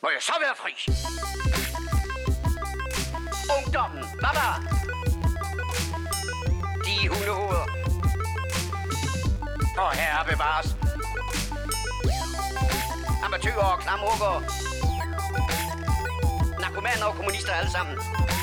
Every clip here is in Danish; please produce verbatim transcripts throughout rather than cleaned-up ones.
Må jeg så være fri? Ungdommen, baba! De hundehoveder. Og herre bevares. Amatøger og klamrukker. Narkomaner og kommunister alle sammen.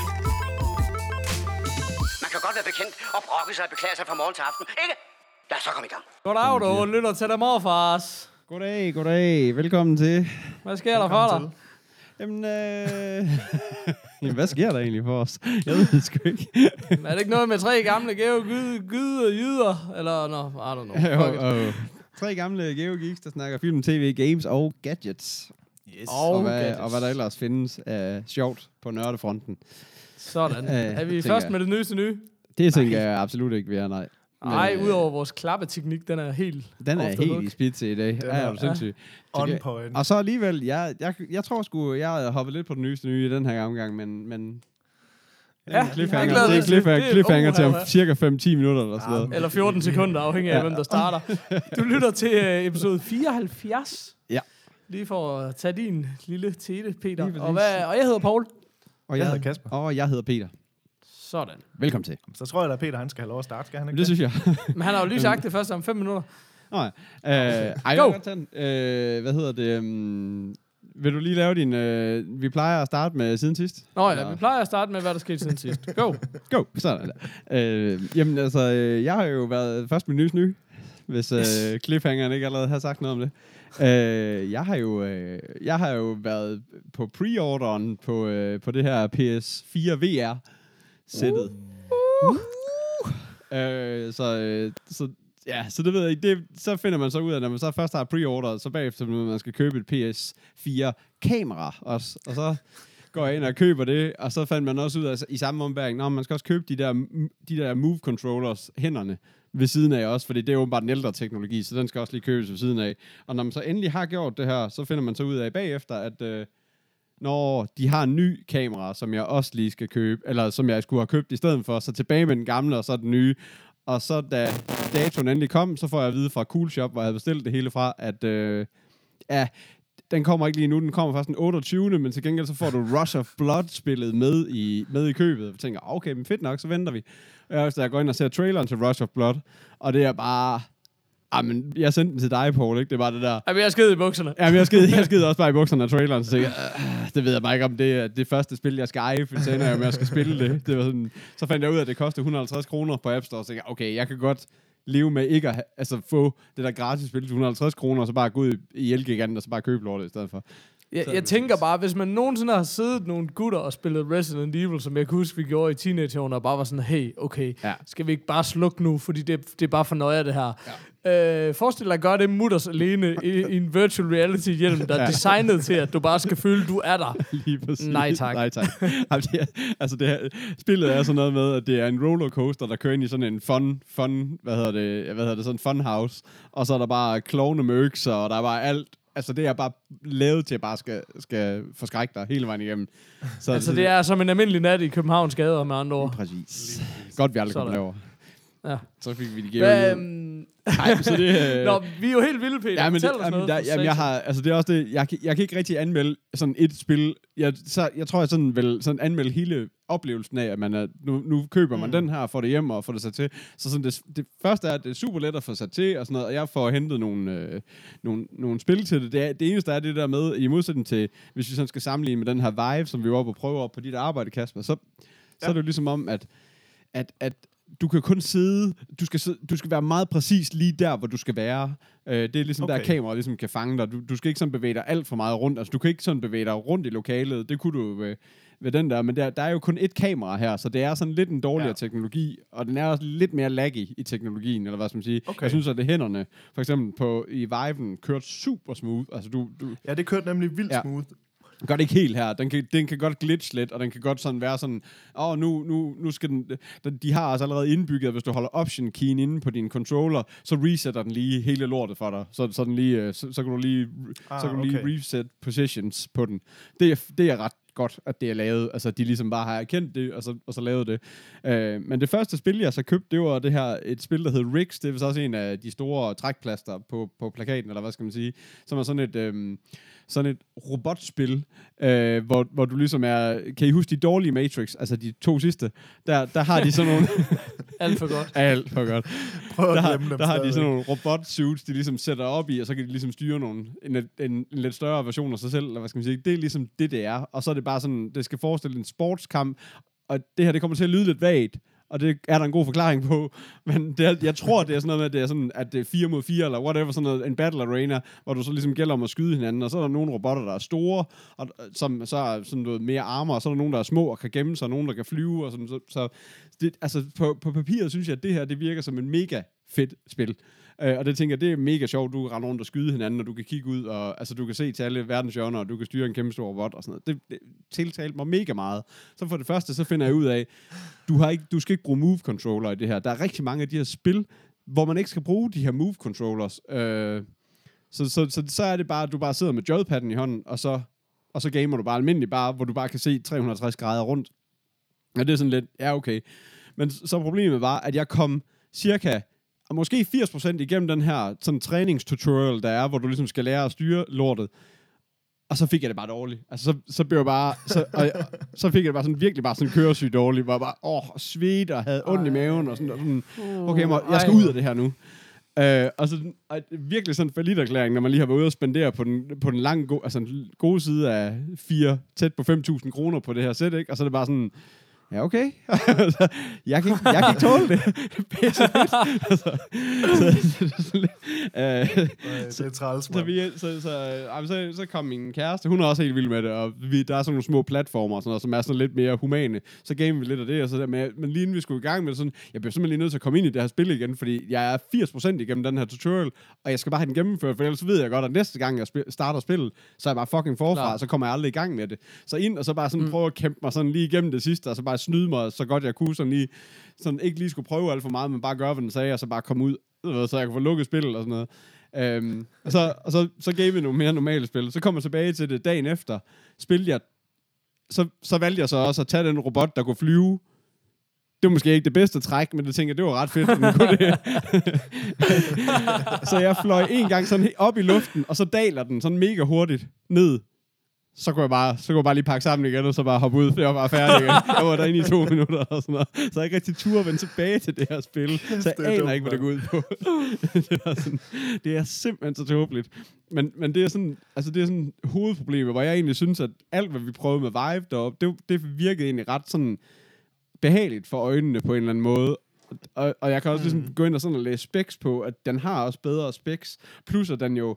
Man kan godt være bekendt og brokke sig og beklage sig fra morgen til aften, ikke? Lad os så komme i gang. Goddag, du lytter til dig morfars. Goddag, goddag. Velkommen til. Hvad sker der for dig? Jamen, øh... Jamen, hvad sker der egentlig for os? Jeg ved det sgu ikke. Er det ikke noget med tre gamle geo gyder, jyder? Eller, no, I don't know. oh, oh. Tre gamle geogeeks, der snakker film, tv, games og gadgets. Yes. Og, og, hvad, gadgets. og hvad der ellers findes af sjovt på nørdefronten. Sådan. Øh, er vi tænker først jeg. med det nyeste nye? Det tænker jeg absolut ikke, vi er, nej. Nej, Men, udover vores klappeteknik, den er helt... Den er helt hook. i spidse i dag. Den Ja, er er du sindssyg. on point. Og så alligevel, jeg, jeg, jeg tror sgu, jeg har hoppet lidt på den nyeste nye i den her omgang, men... men Ja, cliffhanger, jeg er glad det er til. cliffhanger, Det er- cliffhanger oh, til om ja. cirka fem til ti minutter eller sådan noget. Eller fjorten sekunder, afhængig af, Ja. hvem der starter. Du lytter til uh, episode fireoghalvfjerds. Ja. Lige for at tage din lille tete, Peter. Lige præcis. Og, hvad, og jeg hedder Paul. Og Jeg hedder Kasper. Og jeg hedder Peter. Sådan. Velkommen til. Så tror jeg, at Peter han skal have lov at starte, skal han ikke? Det synes jeg. Men han har jo lige sagt det først om fem minutter. Nå ja. Øh, ej, jeg Go. vil godt tage den. Øh, hvad hedder det? Um, vil du lige lave din... Øh, vi plejer at starte med siden sidst. Nå ja, Eller? vi plejer at starte med, hvad der skete siden sidst. Go. Go. Sådan. Øh, jamen altså, øh, jeg har jo været først med nys nye, hvis øh, cliffhangeren ikke allerede har sagt noget om det. Øh, jeg har jo øh, jeg har jo været på pre-orderen på øh, på det her P S fire V R sættet. Uh. Uh. Øh, så øh, så ja, så det ved jeg ikke. Det, så finder man så ud af, når man så først har pre-order, så bagefter man skal købe et P S fire kamera også, og så går jeg ind og køber det, og så fandt man også ud af i samme ombæring, nå, man skal også købe de der, de der move controllers, hænderne, ved siden af også, fordi det er jo bare den ældre teknologi, så den skal også lige købes ved siden af. Og når man så endelig har gjort det her, så finder man så ud af bagefter, at øh, når de har en ny kamera, som jeg også lige skal købe, eller som jeg skulle have købt i stedet for, så tilbage med den gamle, og så den nye. Og så da datoen endelig kom, så får jeg at vide fra Coolshop, hvor jeg havde bestilt det hele fra, at øh, ja, den kommer ikke lige nu, den kommer først den otteogtyvende men til gengæld så får du Rush of Blood-spillet med i, med i købet. Jeg tænker, okay, men fedt nok, så venter vi. Og jeg, jeg går ind og ser traileren til Rush of Blood, og det er bare... Ah, men jeg sendte den til dig, Paul, ikke? Det var det der... Jamen, jeg sked i bukserne. Ja, men jeg sked, jeg sked også bare i bukserne af traileren, så tænkte jeg, øh, det ved jeg bare ikke, om det er det første spil, jeg skal eje, for så ender jeg med, at jeg skal spille det. Det var sådan, så fandt jeg ud af, at det kostede et hundrede og halvtreds kroner på App Store, så tænkte jeg, okay, jeg kan godt leve med ikke at ha- altså, få det der gratis spil til et hundrede og halvtreds kroner, og så bare gå ud i Elgiganten, og så bare købe lortet i stedet for. Jeg, Så jeg tænker bare, hvis man nogensinde har siddet nogle gutter og spillet Resident Evil, som jeg kan huske, vi gjorde i teenageårene, og bare var sådan, hey, okay, Ja. skal vi ikke bare slukke nu, fordi det, det er bare for nøje det her. Ja. Øh, forestil dig at gøre det mutters alene i, i en virtual reality hjelm, der er Ja. designet til, at du bare skal føle, du er der. Lige præcis. Nej, tak. Nej tak. Altså, det er, altså det er, spillet er sådan noget med, at det er en rollercoaster, der kører ind i sådan en fun, fun hvad hedder det, hvad hedder det, sådan en fun house, og så er der bare klovne mørks, og der er bare alt. Altså, det er bare lavet til at bare skal, skal forskrække dig hele vejen igennem. Så Altså, det er som en almindelig nat i Københavns gader, med andre ord. Præcis. Godt, vi aldrig kommer Sådan. derover. Ja. Så fik vi det Hvad, igennem. øhm, Nej, så det... Øh, Nå, vi er jo helt vilde, Peter. Ja, men det, Fortæl os jamen, noget. der, for jamen, jeg satan. har, altså det er også det, jeg, kan- jeg kan ikke rigtig anmelde sådan et spil. Jeg, så, jeg tror, jeg sådan vil sådan anmelde hele oplevelsen af, at man er, nu, nu køber man mm. den her, og får det hjem og får det sat til. Så sådan det, det første er, at det er super let at få sat til, og sådan noget, og jeg får hentet nogle, øh, nogle, nogle spil til det. Det, er, det eneste er det der med, i modsætning til, hvis vi sådan skal sammenligne med den her Vive, som vi var oppe og prøve op på dit arbejde, Kasper, så, ja. så er det jo ligesom om, at, at, at du kan kun sidde, du skal, sidde, du skal være meget præcis lige der, hvor du skal være. Uh, det er ligesom okay. Der kamera ligesom kan fange dig. Du, du skal ikke sådan bevæge dig alt for meget rundt. Altså, du kan ikke sådan bevæge dig rundt i lokalet. Det kunne du ved, ved den der. Men der, der er jo kun ét kamera her, så det er sådan lidt en dårligere ja. teknologi, og den er også lidt mere laggy i teknologien, eller hvad skal man sige. Okay. Jeg synes, at det hænderne, for eksempel på, i Vive'en, kørte super smooth. Altså, du, du, Ja, det kørte nemlig vildt ja. smooth. gør det ikke helt her. Den kan, den kan godt glitch lidt, og den kan godt sådan være sådan, åh, oh, nu, nu, nu skal den, den... De har altså allerede indbygget, at hvis du holder option-keyen inde på din controller, så resetter den lige hele lortet for dig. Så, så, den lige, så, så kan du lige, ah, så kan du okay. lige reset positions på den. Det er, det er ret godt, at det er lavet. Altså, de ligesom bare har erkendt det, og så, og så lavet det. Øh, men det første spil, jeg så købte, det var det her, et spil, der hed Riggs. Det er også en af de store trækplaster på, på plakaten, eller hvad skal man sige, som er sådan et, øh, sådan et robotspil, øh, hvor, hvor du ligesom er... Kan I huske de dårlige Matrix? Altså, de to sidste. Der, der har de sådan nogle... Alt for godt. Alt for godt. Prøv at Der, glemme dem der har de stadig. sådan nogle robot-suits, de ligesom sætter op i, og så kan de ligesom styre nogle, en, en, en lidt større version af sig selv, eller hvad skal man sige. Det er ligesom det, det er. Og så er det bare sådan, det skal forestille en sportskamp, og det her, det kommer til at lyde lidt vagt, og det er der en god forklaring på, men det er, jeg tror, det er sådan noget med, at det er sådan, at det er fire mod fire, eller whatever, sådan noget, en battle arena, hvor du så ligesom gælder om at skyde hinanden, og så er der nogle robotter, der er store, og som så er sådan noget mere armor, og så er der nogen, der er små og kan gemme sig, og nogen, der kan flyve, og sådan, så, så det, altså på, på papiret synes jeg, at det her, det virker som en mega fedt spil. Uh, og det tænker jeg, det er mega sjovt, du kan rende rundt og skyde hinanden, og du kan kigge ud, og altså, du kan se til alle verdens hjørner, og du kan styre en kæmpe stor robot, og sådan noget. Det, det tiltalte mig mega meget. Så for det første, så finder jeg ud af, du, har ikke, du skal ikke bruge move-controller i det her. Der er rigtig mange af de her spil, hvor man ikke skal bruge de her move-controllers. Uh, så, så, så, så er det bare, at du bare sidder med joypadden i hånden, og så, og så gamer du bare almindeligt, bare, hvor du bare kan se tre hundrede og tres grader rundt. Og det er sådan lidt, ja okay. Men så problemet var, at jeg kom cirka og måske firs procent igennem den her sådan træningstutorial, der er, hvor du ligesom skal lære at styre lortet. Og så fik jeg det bare dårligt. Altså, så, så blev jeg bare... Så, og, så fik jeg det bare sådan virkelig bare sådan køresyg dårligt, hvor jeg bare, åh, svedt og havde ondt i maven, og sådan, og sådan okay, jeg, må, jeg skal ud af det her nu. Uh, og så og virkelig sådan en falliterklæring, når man lige har været ude og spendere på den, på den lange, go, altså den gode side af fire, tæt på fem tusind kroner på det her sæt, ikke? Og så er det bare sådan... Ja, okay. jeg, kan, jeg kan ikke tåle det. Pisse fedt. altså, så, så, så, øh, Det er træls, så, vi, så, så, øh, så, så kom min kæreste, hun er også helt vild med det, og vi, der er sådan nogle små platformer, og sådan noget, som er sådan lidt mere humane. Så gav vi lidt af det, og så der, men, men lige inden vi skulle i gang med det, sådan, jeg bliver simpelthen lige nødt til at komme ind i det her spil igen, fordi jeg er firs procent igennem den her tutorial, og jeg skal bare have den gennemført, for ellers ved jeg godt, at næste gang jeg spil, starter spillet, så er jeg bare fucking forfra, Klar. så kommer jeg aldrig i gang med det. Så ind, og så bare sådan mm. prøve at kæmpe mig sådan lige igennem det sidste, og så bare snyde mig så godt jeg kunne, sådan lige, sådan ikke lige skulle prøve alt for meget, men bare gøre, hvad den sagde, og så bare komme ud, så jeg kunne få lukket spillet og sådan noget. Øhm, og så, og så, så gav vi nogle mere normale spil. Så kom jeg tilbage til det dagen efter, spillede jeg, så, så valgte jeg så også at tage den robot, der kunne flyve. Det var måske ikke det bedste træk, men det tænkte jeg, det var ret fedt, den kunne det. Så jeg fløj en gang sådan op i luften, og så daler den sådan mega hurtigt ned. Så kunne jeg bare, så kunne jeg bare lige pakke sammen igen, og så bare hoppe ud, for jeg var bare færdig igen. Jeg var derinde i to minutter og sådan noget. Så jeg ikke rigtig turde at vende tilbage til det her spil. Så jeg aner ikke, hvad det går ud på. det, er sådan, det er simpelthen så tåbeligt. Men, men det er sådan, altså det er sådan hovedproblemet, hvor jeg egentlig synes, at alt, hvad vi prøvede med Vive deroppe, det, det virkede egentlig ret sådan behageligt for øjnene på en eller anden måde. Og, og jeg kan også ligesom gå ind og sådan og læse specs på, at den har også bedre specs, plus at den jo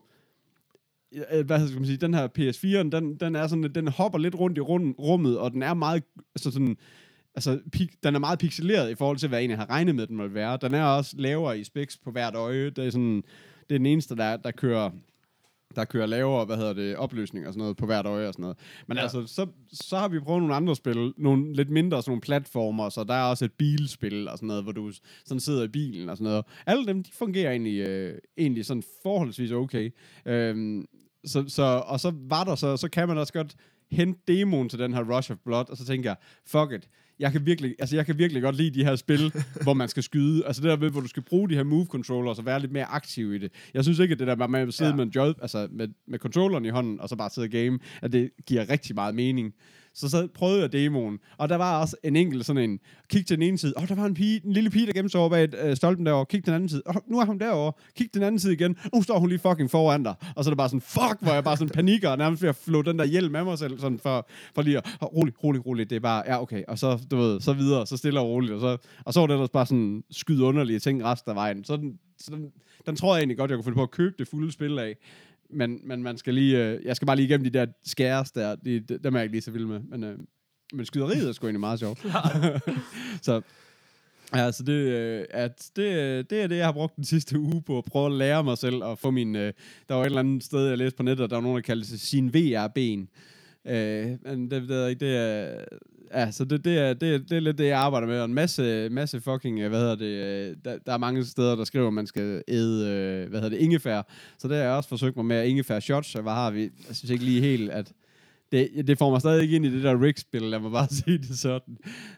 hvad skal man sige, den her P S fire, den, den er sådan, den hopper lidt rundt i rum, rummet, og den er meget, altså sådan, altså, pik, den er meget pixeleret i forhold til, hvad jeg egentlig har regnet med, den må være. Den er også lavere i specs på hvert øje. Det er sådan, det er den eneste, der, der kører, der kører lavere, hvad hedder det, opløsning og sådan noget på hvert øje og sådan noget. Men ja. altså, så, så har vi prøvet nogle andre spil, nogle lidt mindre sådan nogle platformer, så der er også et bilspil og sådan noget, hvor du sådan sidder i bilen og sådan noget. Alle dem, de fungerer egentlig, øh, egentlig sådan forholdsvis okay. Øhm, Så, så, og så var der så, så kan man også godt hente demoen til den her Rush of Blood, og så tænker jeg, fuck it, jeg kan virkelig, altså jeg kan virkelig godt lide de her spil, hvor man skal skyde, altså det der ved, hvor du skal bruge de her move controllers og være lidt mere aktiv i det. Jeg synes ikke, at det der med at sidde ja. med en joy, altså med, med controlleren i hånden, og så bare sidde og game, at det giver rigtig meget mening. Så så prøvede jeg demoen, og der var også en enkelt sådan en, kig til den ene side, åh, oh, der var en pige, en lille pige, der gemte sig over bag et, øh, stolpen derovre, kig til den anden side, åh, oh, nu er hun derovre, kig til den anden side igen, nu står hun lige fucking foran dig, og så er det bare sådan, fuck, hvor jeg bare sådan panikker, og nærmest ved at flå den der hjelm af mig selv, sådan for, for lige at, oh, rolig, rolig, rolig, det er bare, ja, okay, og så, du ved, så videre, så stille og roligt, og så, og så var det ellers bare sådan, skyde underlige ting resten af vejen, så den, så den, den tror jeg egentlig godt, jeg kunne finde på at købe det fulde spil af. Men, men man skal lige, øh, jeg skal bare lige igennem de der skæres der, de, de, dem er jeg ikke lige så vild med, men, øh, men skyderiet er sgu egentlig meget sjovt. så, ja, så det, øh, at det, det er det, jeg har brugt den sidste uge på at prøve at lære mig selv og få min, øh, der var et eller andet sted, jeg læste på nettet, der var nogen, der kaldte sig sin V R-ben. Øh, men det, det, det er, ja, så det, det, er, det, er, det er lidt det, jeg arbejder med, og en masse, masse fucking, hvad hedder det, der, der er mange steder, der skriver, at man skal æde, hvad hedder det, ingefær, så det har jeg også forsøgt mig med ingefær shots, og hvad har vi, jeg synes ikke lige helt, at det, det får mig stadig ikke ind i det der Rick-spil, lad mig bare sige det sådan.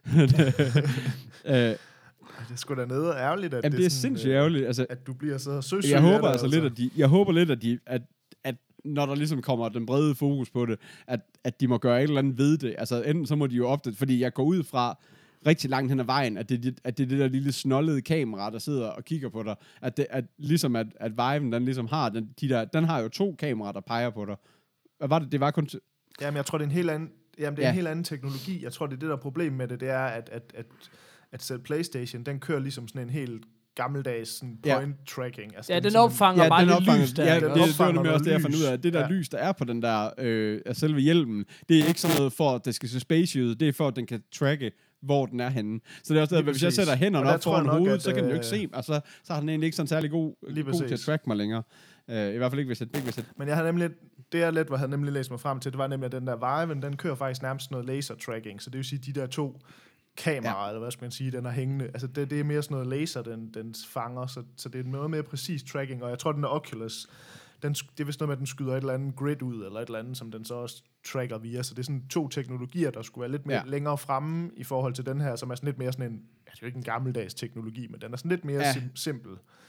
øh, Det er sgu da nede ærgerligt, at Jamen, det, det er sådan, sindssygt øh, ærgerligt. Altså, at du bliver så søsyg. jeg håber det, altså lidt, at de, jeg håber lidt, at de, at, at når der ligesom kommer den brede fokus på det, at, at de må gøre et eller andet ved det. Altså, enten så må de jo opdatere, fordi jeg går ud fra rigtig langt hen ad vejen, at det, at det er det der lille snollede kamera, der sidder og kigger på dig. At, det, at ligesom at, at Viven, den ligesom har, den, de der, den har jo to kameraer, der peger på dig. Hvad var det? Det var kun... T- Jamen, jeg tror, det er en helt anden, jamen, det er Ja. en helt anden teknologi. Jeg tror, det er det, der er problemet med det, det er, at, at, at, at selv PlayStation, den kører ligesom sådan en helt gammeldags sådan Ja. point tracking. Altså, Ja, den simpelthen- opfanger Ja, bare den lidt opfanger, lys der. ja, ikke? det, Den det, det var opfanger nemlig også det, jeg noget fandt ud af. lys. Det der Ja. lys, der er på den der øh, af selve hjelmen, det er ikke sådan noget for, at det skal se space ud. Det er for, at den kan tracke, hvor den er henne. Så det er også det, Lige at hvis jeg præcis. sætter hænderne Og der op tror jeg foran nok, hovedet, at, så kan den jo øh, ikke se. Altså, så har den egentlig ikke sådan særlig god, Lige god til at præcis. track mig længere. Uh, I hvert fald ikke, hvis jeg... Ikke, hvis jeg Men jeg har nemlig, det jeg lidt, havde nemlig læst mig frem til, det var nemlig, at den der Viven, den kører faktisk nærmest noget laser tracking. Så det vil sige, de der to kameraer, ja. eller hvad skal man sige, den er hængende. Altså det, det er mere sådan noget laser, den, den fanger, så, så det er noget mere præcis tracking. Og jeg tror, den der Oculus, den, det er vist noget med, at den skyder et eller andet grid ud, eller et eller andet, som den så også tracker via. Så det er sådan to teknologier, der skulle være lidt mere Ja. længere fremme i forhold til den her, som er sådan lidt mere sådan en, ja, det er jo ikke en gammeldags teknologi, men den er sådan lidt mere Ja. sim- simpel.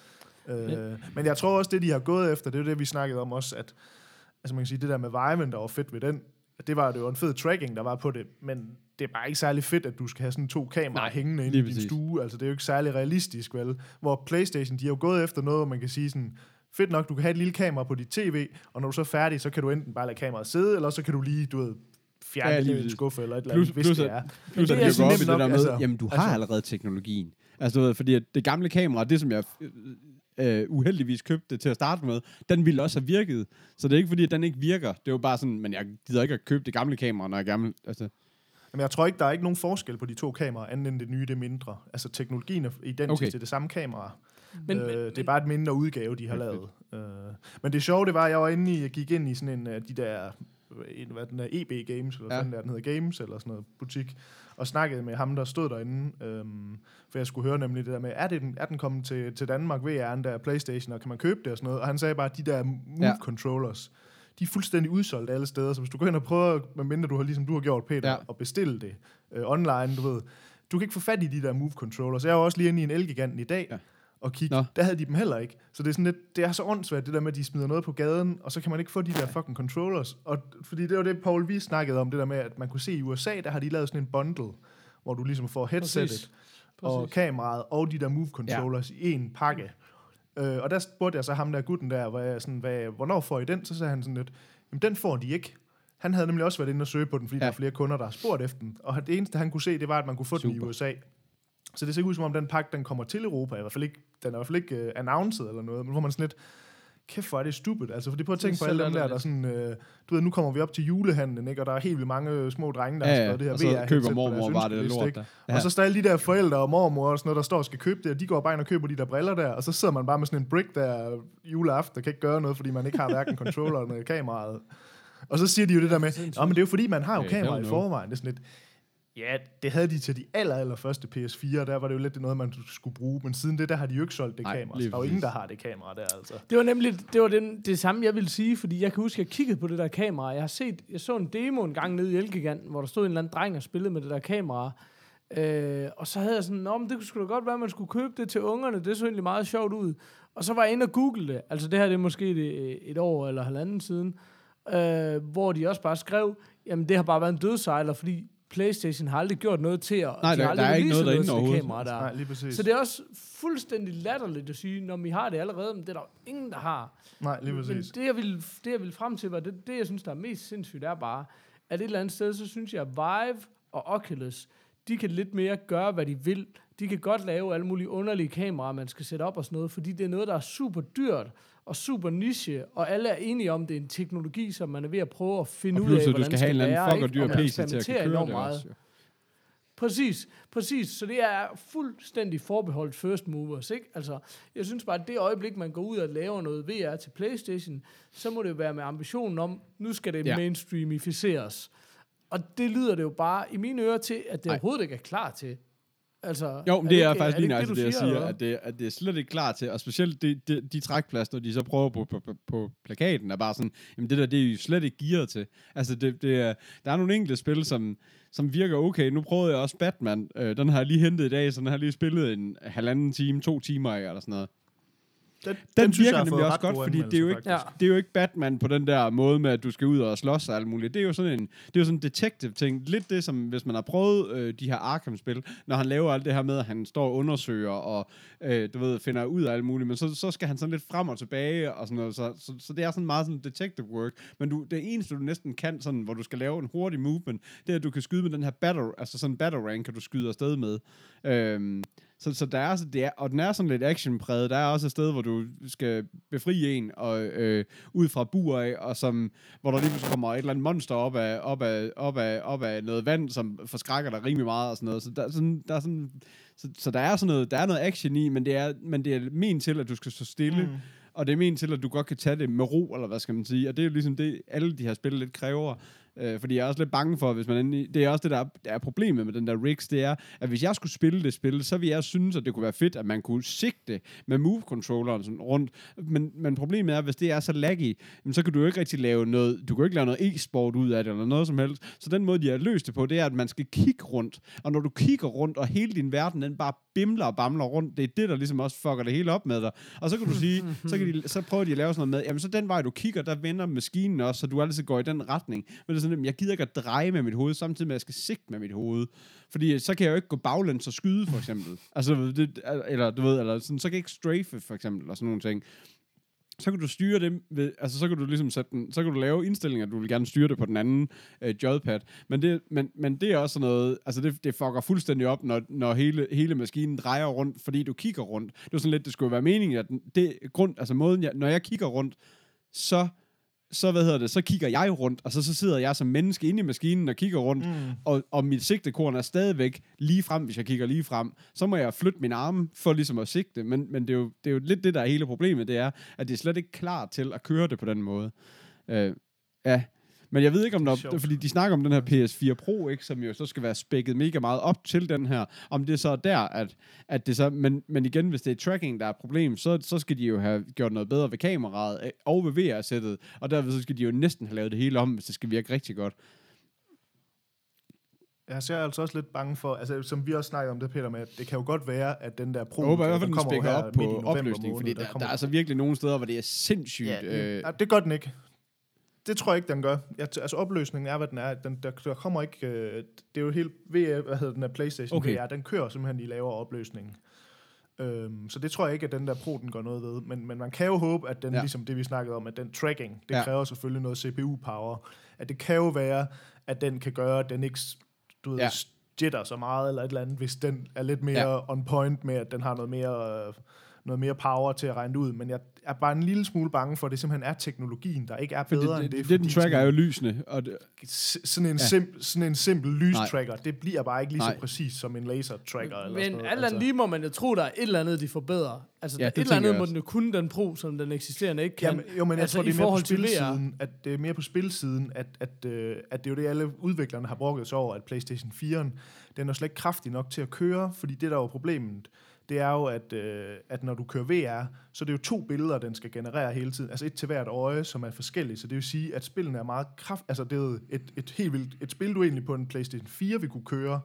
Øh, men jeg tror også, det de har gået efter, det er jo det, vi snakkede om også, at altså man kan sige, det der med Viven, der var fedt ved den, det var det var en fed tracking, der var på det, men det er bare ikke særlig fedt, at du skal have sådan to kameraer Nej, hængende inde lige i din præcis. stue. Altså, det er jo ikke særlig realistisk, vel? Hvor PlayStation, de har jo gået efter noget, hvor man kan sige sådan, fedt nok, du kan have et lille kamera på dit tv, og når du så er færdig, så kan du enten bare lade kameraet sidde, eller så kan du lige, du ved, fjerne Ja, ja, lige det i en præcis. skuffe, eller et eller Plus- andet, hvis plus det at- er. Plus det at er det sådan går op i nemt det nok, der med, altså- jamen du har altså- allerede teknologien. Altså du ved, fordi at det gamle kamera, det som jeg øh, uheldigvis købte til at starte med, den ville også have virket. Så det er ikke fordi, at den ikke virker. Det er jo bare sådan, men jeg gider ikke at købe det gamle kamera, når jeg gerne vil- altså. Jamen, jeg tror ikke, der er ikke nogen forskel på de to kameraer, andet end det nye, det er mindre. Altså, teknologien er identisk Okay. okay. til det samme kamera. Men- Men, øh, men- det er bare et mindre udgave, de har Okay, lavet. Øh, men det sjove, det var, at jeg var inde i, jeg gik ind i sådan en af de der, en, hvad den er, E B Games, eller Ja. ja. den der, den hedder Games, eller sådan noget butik, og snakkede med ham, der stod derinde, øhm, for jeg skulle høre nemlig det der med, er, det den, er den kommet til, til Danmark, V R'en der PlayStation, og kan man købe det og sådan noget, og han sagde bare, at de der Move Ja. ja. Controllers, de er fuldstændig udsolgt alle steder, så hvis du går ind og prøver, medmindre du har, ligesom du har gjort, Peter, Ja. ja. at bestille det øh, online, du ved, du kan ikke få fat i de der Move Controllers. Jeg var også lige inde i en Elgiganten i dag, Ja. ja. og kigge, Nå. der havde de dem heller ikke. Så det er sådan lidt, det er så åndssvagt, det der med, at de smider noget på gaden, og så kan man ikke få de der fucking controllers. Og fordi det var det, Paul, vi snakkede om, det der med, at man kunne se i U S A, der har de lavet sådan en bundle, hvor du ligesom får headsettet, Præcis. og Præcis. kameraet, og de der Move Controllers ja. i en pakke. Øh, og der spurgte jeg så ham der gutten der, hvor jeg sådan, hvad, hvornår får I den? Så sagde han sådan lidt, jamen den får de ikke. Han havde nemlig også været inde og søge på den, fordi Ja. ja. der er flere kunder, der har spurgt efter den. Og det eneste, han kunne se, det var, at man kunne få Super. den i Super. U S A. Så det ser ikke ud som om, den pakke, den kommer til Europa. I hvert fald ikke, den er i hvert fald ikke uh, announced eller noget, men hvor man sådan lidt, kæft hvor er det stupid. Altså, fordi prøv at tænke Det på alle er dem der, lidt. der sådan, øh, du ved, nu kommer vi op til julehandlen, ikke? Og der er helt vildt mange små drenge, der Ja, har ja, skrevet det her og så V køber R headset på mormor deres bare det ønskeliste, lort ikke? der. Ja. Og så står alle de der forældre og mormor og sådan noget, der står og skal købe det, og de går bare ind og køber de der briller der, og så sidder man bare med sådan en brick der juleaften, der kan ikke gøre noget, fordi man ikke har hverken controlleren eller kameraet. Og så siger de jo det der med, ja, men det er jo fordi, man har jo Okay, kamera hell i no. forvejen. Det er sådan lidt, ja, det havde de til de aller, aller første P S fire, der var det jo lidt det noget, man skulle bruge, men siden det, der har de jo ikke solgt det Nej, kamera. lige Der er jo præcis. ingen, der har det kamera der, altså. Det var nemlig det, var den, det samme, jeg ville sige, fordi jeg kan huske, at jeg kiggede på det der kamera. Jeg har set, jeg så en demo en gang nede i Elgiganten, hvor der stod en eller anden dreng og spillede med det der kamera. Øh, og så havde jeg sådan, nå, men det skulle da godt være, at man skulle købe det til ungerne. Det så egentlig meget sjovt ud. Og så var jeg inde og google det. Altså det her, det er måske et, et år eller halvanden siden. Øh, hvor de også bare skrev, jamen det har bare været en dødsejler, fordi PlayStation har aldrig gjort noget til at... Nej, de der- har aldrig der er ikke releaset noget derinde til det overhovedet. kamera der. Nej, lige præcis. Så det er også fuldstændig latterligt at sige, når vi har det allerede, men det er der jo ingen, der har. Nej, lige Men præcis. det jeg, ville, det, jeg ville frem til, var det, det, jeg synes, der er mest sindssygt, er bare, at et eller andet sted, så synes jeg, at Vive og Oculus, de kan lidt mere gøre, hvad de vil. De kan godt lave alle mulige underlige kameraer, man skal sætte op og sådan noget, fordi det er noget, der er super dyrt og super niche, og alle er enige om, det er en teknologi, som man er ved at prøve at finde Og ud af, plus, at du hvordan skal have en eller være, anden fucker ikke? dyr Og man P C til at eksperimenterer kunne køre enormt det meget. også. jo. Præcis, præcis. Så det er fuldstændig forbeholdt first movers, ikke? Altså, jeg synes bare, at det øjeblik, man går ud og laver noget V R til PlayStation, så må det jo være med ambitionen om, nu skal det Ja. mainstreamificeres. Og det lyder det jo bare i mine ører til, at det Nej. overhovedet ikke er klar til. Altså, Jo, men det er, ikke, faktisk lige det, nøjagtigt det, jeg siger, at det, at det er slet ikke klar til, og specielt de, de, de trækplaster, de så prøver på, på, på, på plakaten, er bare sådan, jamen det der, det er jo slet ikke gearet til. Altså, det, det er, der er nogle enkelte spil, som, som virker okay. Nu prøvede jeg også Batman, øh, den har jeg lige hentet i dag, så den har jeg lige spillet en halvanden time, to timer af, eller sådan noget. Den, Den, den den virker jeg nemlig også godt, fordi det er, jo ikke, Ja. det er jo ikke Batman på den der måde med, at du skal ud og slås og alt muligt. Det er jo sådan en, det er jo sådan en detective-ting. Lidt det, som hvis man har prøvet øh, de her Arkham-spil, når han laver alt det her med, at han står og undersøger og øh, du ved, finder ud af alt muligt, men så, så skal han sådan lidt frem og tilbage og sådan noget. Så, så, så det er sådan meget sådan detective work. Men du, det eneste, du næsten kan, sådan, hvor du skal lave en hurtig movement, det er, at du kan skyde med den her battle, altså sådan en batarang, kan du skyde afsted med. Øhm, Så, så der er, det er, og den er sådan lidt actionpræget. Der er også et sted, hvor du skal befri en og, øh, ud fra bur af, og som, hvor der lige pludselig kommer et eller andet monster op af, op af, op af, op af noget vand, som forskrækker dig rimelig meget og sådan noget. Så der er sådan, der er sådan, så, så der er sådan noget, der er noget action i, men det er, men det er ment til, at du skal stå stille. Mm. Og det er ment til, at du godt kan tage det med ro, eller hvad skal man sige. Og det er jo ligesom det, alle de her spil lidt kræver. Øh, fordi jeg er også lidt bange for, hvis man endelig, det er også det, der er, der er problemet med den der rigs, det er, at hvis jeg skulle spille det spil, så ville jeg synes, at det kunne være fedt, at man kunne sigte med move-controlleren sådan rundt. Men, men problemet er, at hvis det er så laggy, så kan du jo ikke rigtig lave noget, du kan jo ikke lave noget e-sport ud af det, eller noget som helst. Så den måde, de har løst det på, det er, at man skal kigge rundt. Og når du kigger rundt, og hele din verden, den bare bimler og bamler rundt, det er det, der ligesom også fucker det hele op med dig. Og så kan du sige, så, kan de, så prøver de at lave sådan noget med, jamen så den vej, du kigger, der vender maskinen også, så du altid går i den retning. Men det er sådan, jeg gider ikke at dreje med mit hoved, samtidig med, at jeg skal sigte med mit hoved. Fordi så kan jeg jo ikke gå baglæns og skyde, for eksempel. Altså, det, eller du ved, eller sådan, så kan jeg ikke strafe, for eksempel, og sådan nogle ting. Så kan du styre det ved, altså så kan du ligesom sætte den, så kan du lave indstillinger, du vil gerne styre det på den anden øh, joypad. Men det, men, men det er også noget, altså det, det fucker fuldstændig op, når, når hele, hele maskinen drejer rundt, fordi du kigger rundt. Det er sådan lidt, det skulle være meningen, at den, det grund, altså måden, jeg, når jeg kigger rundt, så så, hvad hedder det, så kigger jeg rundt, og så, så sidder jeg som menneske inde i maskinen og kigger rundt, mm. og, og mit sigtekorn er stadigvæk lige frem, hvis jeg kigger lige frem. Så må jeg flytte mine arme for ligesom at sigte, men, men det, er jo, det er jo lidt det, der er hele problemet, det er, at det er slet ikke klar til at køre det på den måde. Øh, ja, men jeg ved ikke, om der, fordi de snakker om den her P S fire Pro, ikke, som jo så skal være spækket mega meget op til den her, om det så er der, at, at det så, men, men igen, hvis det er tracking, der er et problem, så, så skal de jo have gjort noget bedre ved kameraet og ved V R-sættet, og derved så skal de jo næsten have lavet det hele om, hvis det skal virke rigtig godt. Ja, så jeg er altså også lidt bange for, altså som vi også snakker om det, Peter, med, at det kan jo godt være, at den der Pro, jeg håber i hvert fald, den den kommer spækker op på opløsning, måned, fordi der, der, der er altså virkelig nogle steder, hvor det er sindssygt. Ja, øh... ja, det gør den ikke. Det tror jeg ikke, den gør. Jeg, altså opløsningen er, hvad den er. Den, der, der kommer ikke... Øh, det er jo helt... V R, hvad hedder den der PlayStation okay. V R, den kører simpelthen i lavere opløsning. Øhm, så det tror jeg ikke, at den der Pro, den gør noget ved. Men, men man kan jo håbe, at den, ja. ligesom det vi snakkede om, at den tracking, det ja. kræver selvfølgelig noget C P U-power. At det kan jo være, at den kan gøre, at den ikke... Du ved, ja. jitter så meget, eller et eller andet, hvis den er lidt mere ja. on point med, at den har noget mere... Øh, noget mere power til at regne ud, men jeg er bare en lille smule bange for, at det simpelthen er teknologien, der ikke er bedre det, end det. Det, det den tracker er jo lysende. Og det, sådan, en ja. simp, sådan en simpel lystracker, det bliver bare ikke lige Nej. så præcis som en laser-tracker. Eller men sådan noget. alt andet lige må man jo tro, der er et eller andet, de forbedrer. Altså, ja, et eller andet må den jo kunne den Pro, som den eksisterende ikke kan. Jamen, jo, men jeg altså, tror, det er mere på spilsiden, at det er mere på spilsiden, at, at, at, at det er jo det, alle udviklerne har brokket sig over, at PlayStation fire, den er slet ikke kraftig nok til at køre, fordi det der er jo problemet, det er jo, at, øh, at når du kører V R, så er det jo to billeder, den skal generere hele tiden. Altså et til hvert øje, som er forskellige. Så det vil sige, at spillene er meget kraft... Altså det er et, et helt vildt... Et spil, du egentlig på en PlayStation fire vil kunne køre.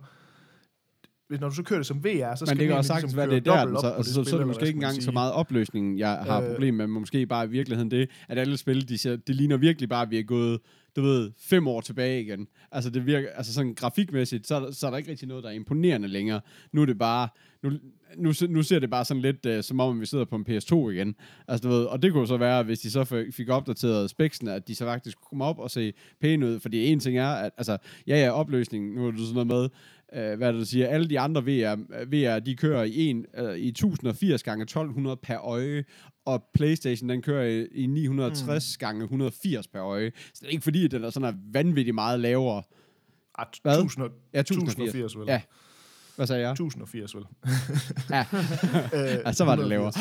Når du så kører det som V R, så skal men det kan også sagtens være, det er der, så, altså, så, så er det måske ikke engang så meget opløsning, jeg har øh, problem med, men måske bare i virkeligheden det, at alle spil, de, ser, de ligner virkelig bare, at vi er gået, du ved, fem år tilbage igen. Altså det virker, altså sådan grafikmæssigt, så, så er der ikke rigtig noget, der er imponerende længere. Nu er det bare, nu, nu, nu ser det bare sådan lidt, uh, som om vi sidder på en P S to igen. Altså du ved, og det kunne så være, hvis de så fik opdateret speksene, at de så faktisk kunne komme op og se pæne ud, fordi en ting er, at altså, ja ja, opløsning, nu er det sådan noget med, Uh, hvad det siger, alle de andre V R, V R de kører i, en, uh, i tusind og firs gange tolv hundrede per øje, og PlayStation, den kører i, i ni hundrede og tres gange et hundrede og firs per øje. Så det er ikke fordi, at den er sådan vanvittigt meget lavere. Ah, tusind og, ja, tusind og firs vel? Ja. Hvad sagde jeg? tusind og firs vel? ja. ja, så var det lavere.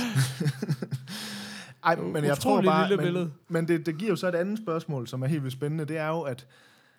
Ej, men jeg tror bare, men, men det, det giver jo så et andet spørgsmål, som er helt vildt spændende. Det er jo, at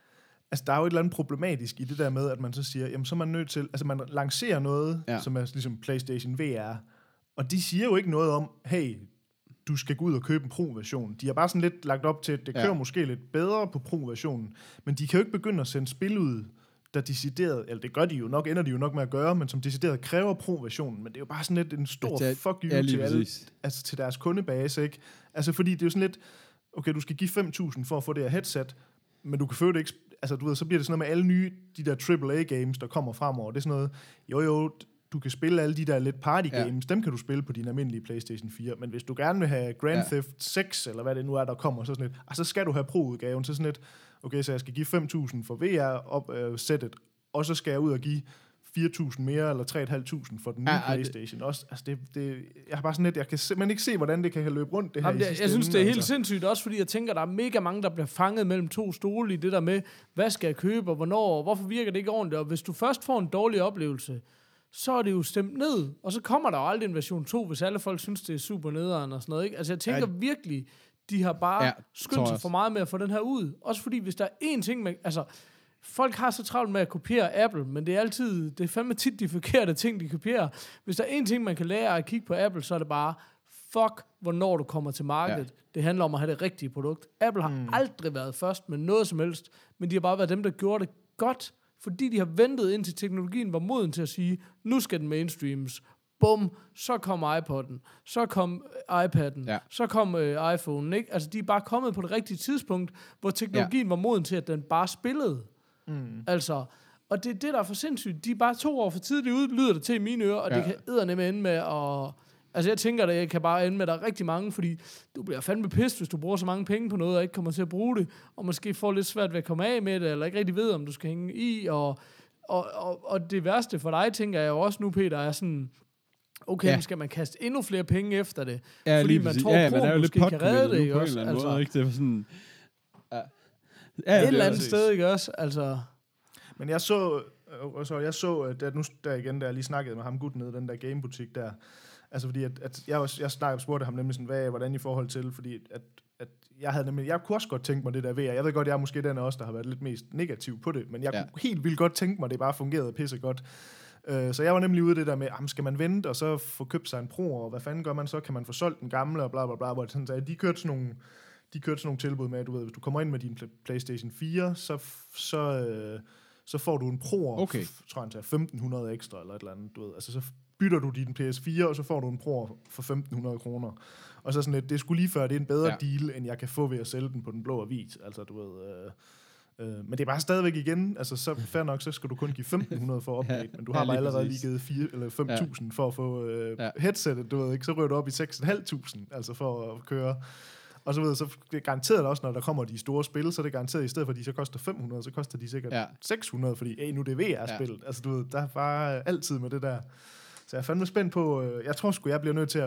altså, der er jo et eller andet problematisk i det der med, at man så siger, jamen, så er man nødt til, altså, man lancerer noget, ja. som er ligesom PlayStation V R, og de siger jo ikke noget om, hey, du skal gå ud og købe en Pro-version. De har bare sådan lidt lagt op til, at det kører ja. måske lidt bedre på Pro-versionen, men de kan jo ikke begynde at sende spil ud, der decideret, eller det gør de jo nok, ender de jo nok med at gøre, men som decideret kræver Pro-versionen, men det er jo bare sådan lidt en stor ja, fuck you ja, til, alle, altså til deres kundebase, ikke? Altså fordi det er jo sådan lidt, okay, du skal give fem tusind for at få det her headset, men du kan få det ikke, altså du ved, så bliver det sådan noget med alle nye, de der triple A games, der kommer fremover, det er sådan noget, jo jo, du kan spille alle de der lidt party games, ja. dem kan du spille på din almindelige PlayStation fire, men hvis du gerne vil have Grand ja. Theft seks, eller hvad det nu er, der kommer, så sådan lidt, så skal du have Pro-udgaven, så sådan lidt, okay, så jeg skal give fem tusind for V R-sættet, øh, og så skal jeg ud og give fire tusind mere, eller tre tusind fem hundrede for den nye ja, PlayStation. Det, også, altså det, det, jeg har bare sådan lidt, jeg kan simpelthen ikke se, hvordan det kan løbe rundt, det her Jamen, i det, sidste Jeg synes, ende, det er helt altså. sindssygt, også fordi jeg tænker, der er mega mange, der bliver fanget mellem to stole i det der med, hvad skal jeg købe, og hvornår, og hvorfor virker det ikke ordentligt, og hvis du først får en dårlig oplevelse, så er det jo stemt ned, og så kommer der jo aldrig en version to, hvis alle folk synes, det er super nederen og sådan noget, ikke? Altså jeg tænker ja. virkelig, de har bare ja, skyndt sig for meget med at få den her ud. Også fordi, hvis der er én ting, man, altså, folk har så travlt med at kopiere Apple, men det er altid, det er fandme tit de forkerte ting, de kopierer. Hvis der er én ting, man kan lære at kigge på Apple, så er det bare, fuck, hvornår du kommer til markedet. Ja. Det handler om at have det rigtige produkt. Apple har mm. aldrig været først med noget som helst, men de har bare været dem, der gjorde det godt, fordi de har ventet indtil teknologien var moden til at sige, nu skal den mainstreams. Bum, så kom iPod'en, så kom iPad'en, ja. så kom øh, iPhone'en, ikke? Altså, de er bare kommet på det rigtige tidspunkt, hvor teknologien ja. var moden til, at den bare spillede. Mm. Altså, og det er det, der er for sindssygt. De er bare to år for tidligt ud, lyder det til i mine ører, og ja. det kan eddernemme ende med at... Altså, jeg tænker, at jeg kan bare ende med, at der er rigtig mange, fordi du bliver fandme pissed, hvis du bruger så mange penge på noget, og ikke kommer til at bruge det, og måske får lidt svært ved at komme af med det, eller ikke rigtig ved, om du skal hænge i, og, og, og, og det værste for dig, tænker jeg jo også nu, Peter, er sådan... Okay, ja. skal man kaste endnu flere penge efter det, ja, fordi man tror, ja, at ja, måske kan redde det, ikke også? Altså, måde, ikke? Det var sådan... Ja. Ja, et eller andet sted, ikke også? Altså... Men jeg så, øh, så jeg så, der, nu der igen, der jeg lige snakkede med ham gutten nede, den der gamebutik der, altså fordi, at, at jeg, også, jeg snakkede, spurgte ham nemlig sådan, hvad, hvordan i forhold til, fordi at, at jeg havde nemlig, jeg kunne også godt tænke mig det der V R. Jeg ved godt, jeg er måske den af os, der har været lidt mest negativ på det, men jeg ja. kunne helt vildt godt tænke mig, det bare fungerede pisse godt. Uh, så jeg var nemlig ude i det der med, jamen, skal man vente og så få købt sig en Pro, og hvad fanden gør man så? Kan man få solgt den gamle, og bla bla bla, bla. Sådan, så de kørte sådan nogle, de kørte sådan nogle tilbud med, at du ved, hvis du kommer ind med din PlayStation fire, så, så, uh, så får du en Pro, okay. f- tror jeg, femten hundrede ekstra, eller et eller andet, du ved. Altså, så bytter du din P S fire, og så får du en Pro for femten hundrede kroner. Og så sådan lidt, det skulle lige før, det er en bedre ja. deal, end jeg kan få ved at sælge den på den blå avis. Altså, du ved... Uh, Uh, men det er bare stadigvæk igen, altså så fair nok, så skal du kun give femten hundrede for at update, men du har ja, bare allerede præcis. lige givet fire eller fem tusind ja. for at få uh, ja. headsetet, du ved ikke, så rører du op i seks tusind fem hundrede, altså for at køre. Og så ved så det er garanteret også, når der kommer de store spil, så er det garanteret, i stedet for at de så koster fem hundrede, så koster de sikkert ja. seks hundrede, fordi hey, nu er det V R-spillet. Ja. Altså du ved, der er bare altid med det der. Så jeg er fandme spændt på, uh, jeg tror sgu, jeg bliver nødt til at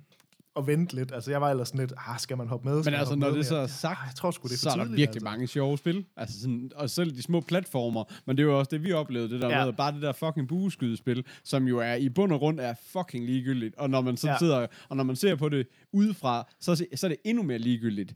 og vente lidt. Altså, jeg var ellers sådan lidt, ah, skal man hoppe med? Men altså, når det så er sagt, jeg tror sgu, det er så er der tidligt, virkelig altså. mange sjove spil. Altså sådan, og selv de små platformer, men det er jo også det, vi oplevede, det der ja. med, bare det der fucking bueskydespil, som jo er i bund og grund er fucking ligegyldigt. Og når man så ja. sidder, og når man ser på det udefra, så, så er det endnu mere ligegyldigt.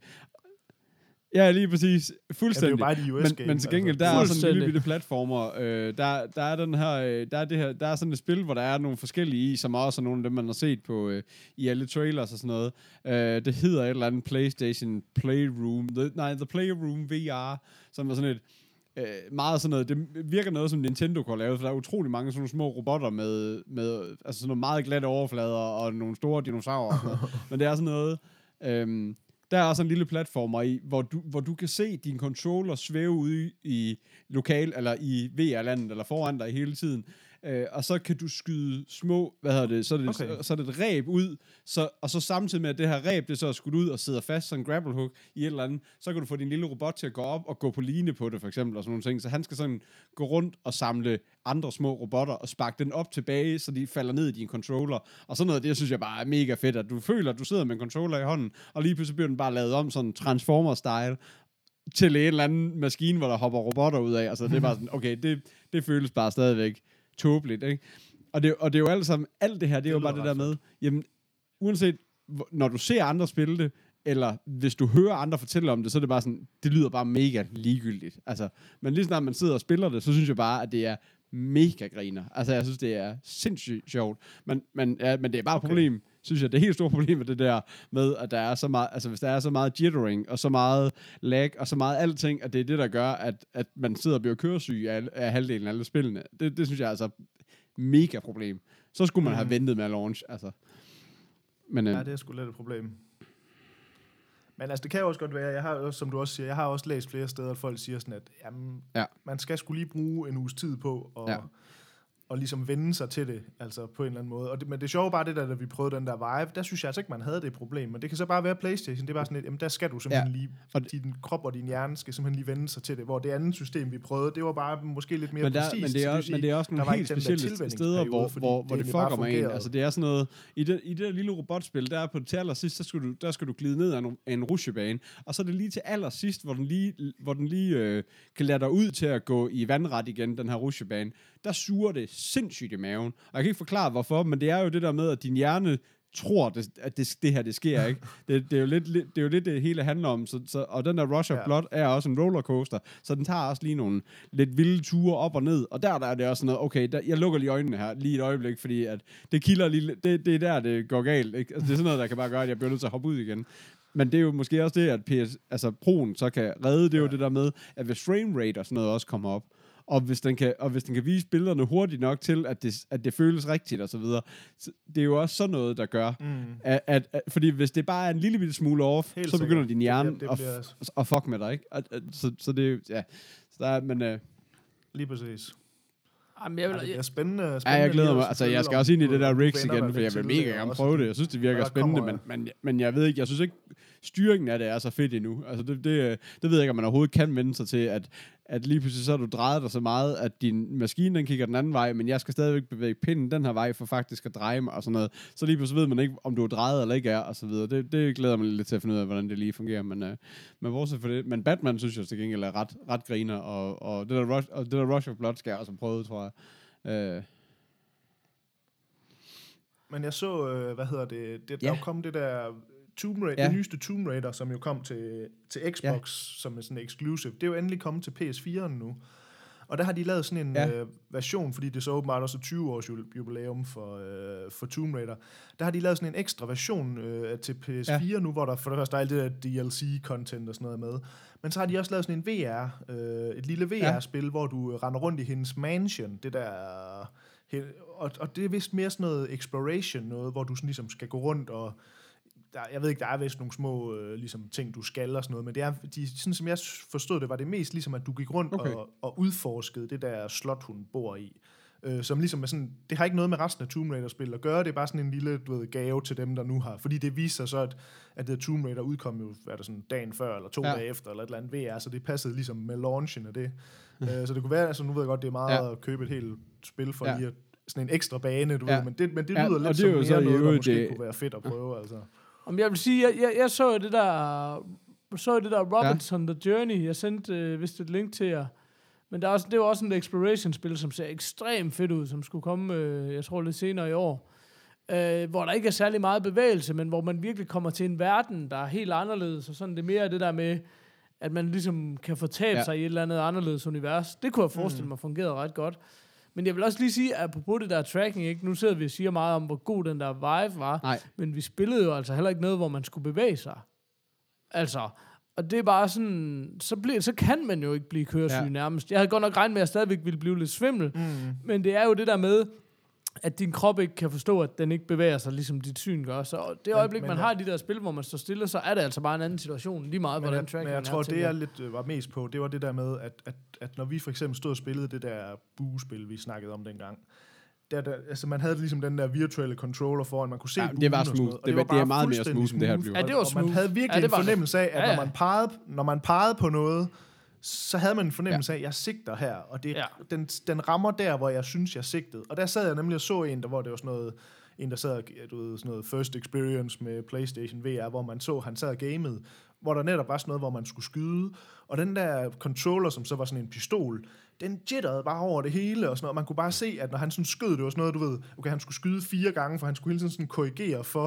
Ja, lige præcis. Fuldstændig. Ja, det er jo bare de U S men, men til gengæld, der er sådan en lille bitte platformer. Øh, der, der er den her, øh, der er det her, der er sådan et spil, hvor der er nogle forskellige i, som også er nogle af dem, man har set på øh, i alle trailers og sådan noget. Øh, det hedder et eller andet PlayStation Playroom. The, nej, The Playroom V R, som er sådan et øh, meget sådan noget. Det virker noget, som Nintendo kunne lave, for der er utrolig mange sådan nogle små robotter med, med altså sådan nogle meget glatte overflader og nogle store dinosaurer og sådan noget. Men det er sådan noget... Øh, Der er også en lille platformer i, hvor du, hvor du kan se din controller svæve ude i lokal, eller i V R-landet, eller foran dig hele tiden. Øh, og så kan du skyde små, hvad hedder det, så er det, okay. så, så er det et ræb ud, så, og så samtidig med, at det her ræb, det så er skudt ud og sidder fast, sådan en grapple hook i et eller andet, så kan du få din lille robot til at gå op og gå på line på det, for eksempel, og sådan nogle ting. Så han skal sådan gå rundt og samle andre små robotter og sparke den op tilbage, så de falder ned i din controller. Og sådan noget, det synes jeg bare er mega fedt, at du føler, at du sidder med en controller i hånden, og lige pludselig bliver den bare lavet om sådan Transformer-style, til en eller anden maskine, hvor der hopper robotter ud af. Altså, det er bare sådan, okay, det, det føles bare stadigvæk tåbeligt, ikke? Og det, og det er jo alt sammen, alt det her, det er det jo bare det der med, jamen, uanset, når du ser andre spille det, eller hvis du hører andre fortælle om det, så er det bare sådan, det lyder bare mega ligegyldigt. Altså, men lige snart man sidder og spiller det, så synes jeg bare, at det er mega griner. Altså, jeg synes, det er sindssygt sjovt. Men, men, ja, men det er bare et okay. problem, synes jeg. Det er helt stort problem med det der med, at der er så meget, altså hvis der er så meget jittering, og så meget lag, og så meget alting, at det er det, der gør, at, at man sidder og bliver køresyg af, af halvdelen af alle spillene. Det, det synes jeg er altså mega problem. Så skulle man mm. have ventet med at launch, altså. Men, øh, ja, det er sgu lidt et problem. Men altså, det kan jo også godt være, jeg har også, som du også siger, jeg har også læst flere steder, at folk siger sådan, at jamen, ja. man skal skulle lige bruge en uges tid på at ja. og ligesom vende sig til det, altså på en eller anden måde. Og det, men det sjove bare det der, da vi prøvede den der Vive, der synes jeg altså ikke, man havde det problem. Men det kan så bare være PlayStation. Det er bare sådan et, jamen der skal du simpelthen ja. lige, og din krop og din hjerne skal simpelthen lige vende sig til det. Hvor det andet system, vi prøvede, det var bare måske lidt mere men der, præcist. Men det er også, men det er også nogle helt specielle steder, hvor, hvor, hvor det fucker mig ind. Altså det er sådan noget, i det, i det lille robotspil, der er på til allersidst, der skal du, der skal du glide ned af en, en rushebane, og så er det lige til allersidst, hvor den lige, hvor den lige øh, kan lade dig ud til at gå i vandret igen, den her rushebane. Der suger det sindssygt i maven. Og jeg kan ikke forklare, hvorfor, men det er jo det der med, at din hjerne tror, det, at det, det her, det sker, ikke? Det, det, er jo lidt, det er jo lidt, det hele handler om. Så, så, og den der Rush of Blood er også en rollercoaster, så den tager også lige nogle lidt vilde ture op og ned. Og der, der er det også noget, okay, der, jeg lukker lige øjnene her, lige et øjeblik, fordi at det kilder lige, det, det er der, det går galt, ikke? Altså, det er sådan noget, der kan bare gøre, at jeg bliver nødt til at hoppe ud igen. Men det er jo måske også det, at P S, altså Pro'en så kan redde, det er jo ja. det der med, at hvis frame rate og sådan noget også kommer op, og hvis den kan og hvis den kan vise billederne hurtigt nok til at det at det føles rigtigt og så videre, så det er jo også sådan noget der gør mm. at, at, at fordi hvis det bare er en lille bitte smule off, helt så begynder sikkert. din hjerne det, det, det at, f- at fuck med dig, ikke? At, at, så så det ja, så der er, men uh, lige præcis. Jamen, jeg vil, altså, det er spændende, spændende. Ja, jeg glæder mig. Altså, jeg skal også ind i det der rigs igen, for jeg vil mega gerne prøve det. Jeg synes, det virker spændende, men, men, men jeg ved ikke, jeg synes ikke, styringen af det er så fedt endnu. Altså, det, det, det ved jeg ikke, om man overhovedet kan vende sig til, at, at lige pludselig så har du drejet dig så meget, at din maskine, den kigger den anden vej, men jeg skal stadigvæk bevæge pinden den her vej, for faktisk at dreje mig og sådan noget. Så lige pludselig ved man ikke, om du er drejet eller ikke er, og så videre. Det, det glæder mig lidt til at finde ud af, hvordan det lige fungerer, men, uh, men bortset for det. Men Batman synes jeg til gengæld er ret, ret griner, og, og, det der Rush, og det der Rush of Blood skal jeg også have prøvet, tror jeg. Uh, Men jeg så, øh, hvad hedder det, det der yeah. kom det der Tomb Raider, yeah. det nyeste Tomb Raider, som jo kom til, til Xbox yeah. som er sådan exclusive. Det er jo endelig kommet til P S fire nu. Og der har de lavet sådan en yeah. øh, version, fordi det er så åbenbart også tyve års jubilæum for, øh, for Tomb Raider. Der har de lavet sådan en ekstra version øh, til P S fire yeah. nu, hvor der for det første er alt det der D L C-content og sådan noget med. Men så har de også lavet sådan en V R, øh, et lille V R-spil, yeah. hvor du render rundt i hendes mansion, det der... Og, og det er vist mere sådan noget exploration, noget, hvor du sådan ligesom skal gå rundt og... Der, jeg ved ikke, der er vist nogle små øh, ligesom, ting, du skal og sådan noget, men det er, de, sådan som jeg forstod det, var det mest ligesom, at du gik rundt okay. og, og udforskede det der slot, hun bor i. Øh, som ligesom er sådan... Det har ikke noget med resten af Tomb Raider-spil at gøre, det er bare sådan en lille du ved, gave til dem, der nu har... Fordi det viser sig så, at, at det Tomb Raider udkom jo er der sådan dagen før, eller to ja. dage efter, eller et eller andet V R, så det passede ligesom med launchen af det. øh, så det kunne være, altså nu ved jeg godt, det er meget ja. at købe et helt spil for ja. lige at sådan en ekstra bane, du ja. ved, men det, men det lyder ja, lidt som mere noget, der måske det... kunne være fedt at prøve, altså. Om jeg vil sige, jeg, jeg, jeg så jo det der, så det der Robinson ja. The Journey, jeg sendte øh, vist et link til jer, men der er også, det var også en exploration-spil, som ser ekstremt fedt ud, som skulle komme, øh, jeg tror lidt senere i år, øh, hvor der ikke er særlig meget bevægelse, men hvor man virkelig kommer til en verden, der er helt anderledes, og sådan det er mere det der med, at man ligesom kan fortabe ja. sig i et eller andet anderledes univers. Det kunne jeg forestille mm. mig fungerede ret godt. Men jeg vil også lige sige, at apropos det der tracking, ikke? Nu sidder vi og siger meget om, hvor god den der Vive var, Nej. men vi spillede jo altså heller ikke noget, hvor man skulle bevæge sig. Altså, og det er bare sådan, så, bliver, så kan man jo ikke blive køresyg ja. nærmest. Jeg havde godt nok regnet med, at jeg stadigvæk ville blive lidt svimmel, mm. men det er jo det der med, at din krop ikke kan forstå, at den ikke bevæger sig, ligesom dit syn gør. Så det øjeblik, men, man men, har de der spil, hvor man står stille, så er det altså bare en anden situation, lige meget, hvordan tracking er. Men jeg tror, det jeg lidt øh, var mest på, det var det der med, at, at, at når vi for eksempel stod og spillede det der buespil, vi snakkede om dengang, der, der, altså man havde ligesom den der virtuelle controller foran, man kunne se ja, det var smooth. Det, det, var det er meget mere smooth, end det her bliver. Ja, det var smooth. Og man havde virkelig ja, en fornemmelse af, at ja, ja. Når, man pegede, når man pegede på noget, så havde man en fornemmelse ja. af, at jeg sigter her, og det, ja. den, den rammer der, hvor jeg synes, jeg sigtede. Og der sad jeg nemlig og så en, der, hvor det var sådan noget, en, der sad, du ved, sådan noget first experience med PlayStation V R, hvor man så, han sad og gamede, hvor der netop var sådan noget, hvor man skulle skyde, og den der controller, som så var sådan en pistol, den jitterede bare over det hele, og sådan noget. Man kunne bare se, at når han sådan skød, det var sådan noget, du ved, okay, han skulle skyde fire gange, for han skulle hele tiden sådan korrigere for,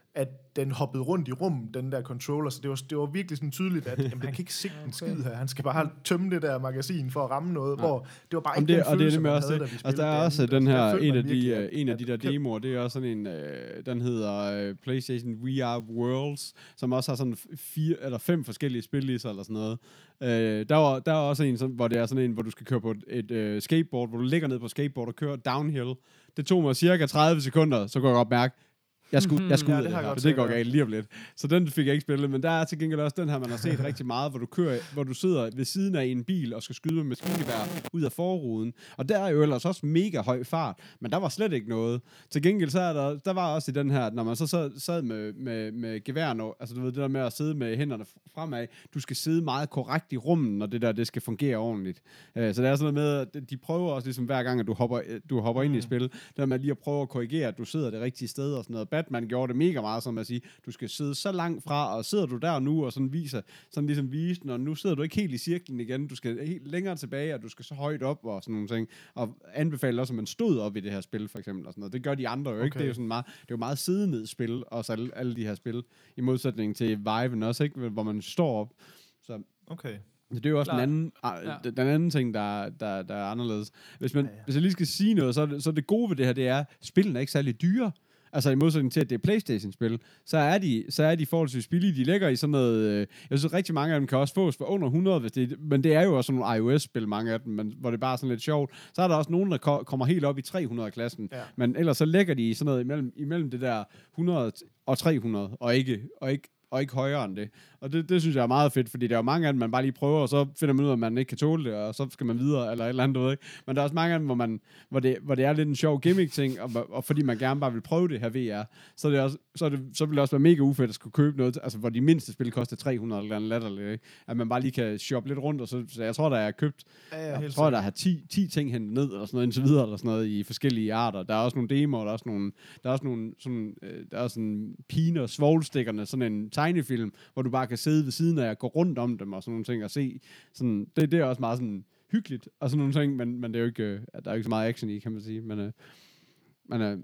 at den hoppede rundt i rummet, den der controller, så det var, det var virkelig sådan tydeligt, at jamen, han kan ikke sigte en skid her, han skal bare tømme det der magasin for at ramme noget, ja. Hvor det var bare ikke det, den og følelse, det er man også havde, det. da vi Altså, der er det også andet. den her, Der en af, virkelig, de, at, en af de der at, demoer, det er også sådan en, øh, den hedder øh, PlayStation V R Worlds, som også har sådan fire eller fem forskellige spil i sig, eller sådan noget. Øh, der, var, der er også en, som, hvor det er sådan en, hvor du skal køre på et, et øh, skateboard, hvor du ligger ned på skateboard og kører downhill. Det tog mig cirka tredive sekunder, så kunne jeg godt mærke, Jeg skulle, jeg skulle Ja, ud det af har det jeg her, godt for det går set, ja. galt lige om lidt. Så den fik jeg ikke spillet, men der er til gengæld også den her, man har set rigtig meget, hvor du kører, hvor du sidder ved siden af en bil og skal skyde med maskingevær ud af forruden. Og der er jo ellers også mega høj fart, men der var slet ikke noget. Til gengæld så er der, der var også i den her, når man så sad, sad med, med, med geværen, altså du ved det der med at sidde med hænderne fremad, du skal sidde meget korrekt i rummet, når det der, det skal fungere ordentligt. Så det er sådan noget med, at de prøver også ligesom hver gang, at du hopper, du hopper ind i spil, der med lige at prøve at korrigere, at du sidder det rigtige sted og sådan noget. Batman gjorde det mega meget, som at sige, du skal sidde så langt fra, og sidder du der nu, og sådan viser, sådan ligesom vise, når nu sidder du ikke helt i cirklen igen, du skal helt længere tilbage, og du skal så højt op, og sådan nogle ting, og anbefaler også, at man stod op i det her spil, for eksempel, og sådan noget. Det gør de andre jo okay. ikke, det er jo sådan meget, det er jo meget siddende spil, også alle, alle de her spil, i modsætning til Viven også, ikke, hvor man står op, så... Okay. Det er jo også den anden, ja. den anden ting, der, der, der er anderledes. Hvis, man, ja, ja. hvis jeg lige skal sige noget, så er, det, så er det gode ved det her, det er, at spillene er ikke særlig dyre. Altså i modsætning til, at det er PlayStation-spil, så er de, så er de forholdsvis billige. De ligger i sådan noget... Øh, jeg synes, rigtig mange af dem kan også fås for under hundrede, hvis det, men det er jo også sådan nogle iOS-spil, mange af dem, men, hvor det er bare sådan lidt sjovt. Så er der også nogen, der ko- kommer helt op i tre hundrede-klassen. Ja. Men ellers så ligger de i sådan noget imellem, imellem det der hundrede og tre hundrede, og ikke, og ikke og ikke højere end det. Og det, det synes jeg er meget fedt, fordi der er jo mange af dem, man bare lige prøver, og så finder man ud af, at man ikke kan tåle det, og så skal man videre, eller et eller andet, ved ikke? Men der er også mange af dem, hvor, man, hvor, det, hvor det er lidt en sjov gimmick-ting, og, og fordi man gerne bare vil prøve det her V R, så, er det også, så, er det, så vil det også være mega ufedt at skulle købe noget, altså hvor de mindste spil koster tre hundrede eller andet latterligt, ikke? At man bare lige kan shoppe lidt rundt, og så, så jeg tror, der er købt, Ja, ja, jeg tror, der har ti, ti ting hentet ned, eller sådan noget, indtil videre, eller sådan noget, i forskellige arter. Der er også nogle demoer, der er også nogle, der er også nogle, sådan, øh, der er sådan piner, svovlstikkerne, sådan en tegnefilm, hvor du bare kan sidde ved siden af og gå rundt om dem, og sådan nogle ting, og se, sådan, det, det er også meget sådan hyggeligt, og sådan nogle ting, men, men det er jo ikke, øh, der er jo ikke så meget action i, kan man sige, men, øh, men øh,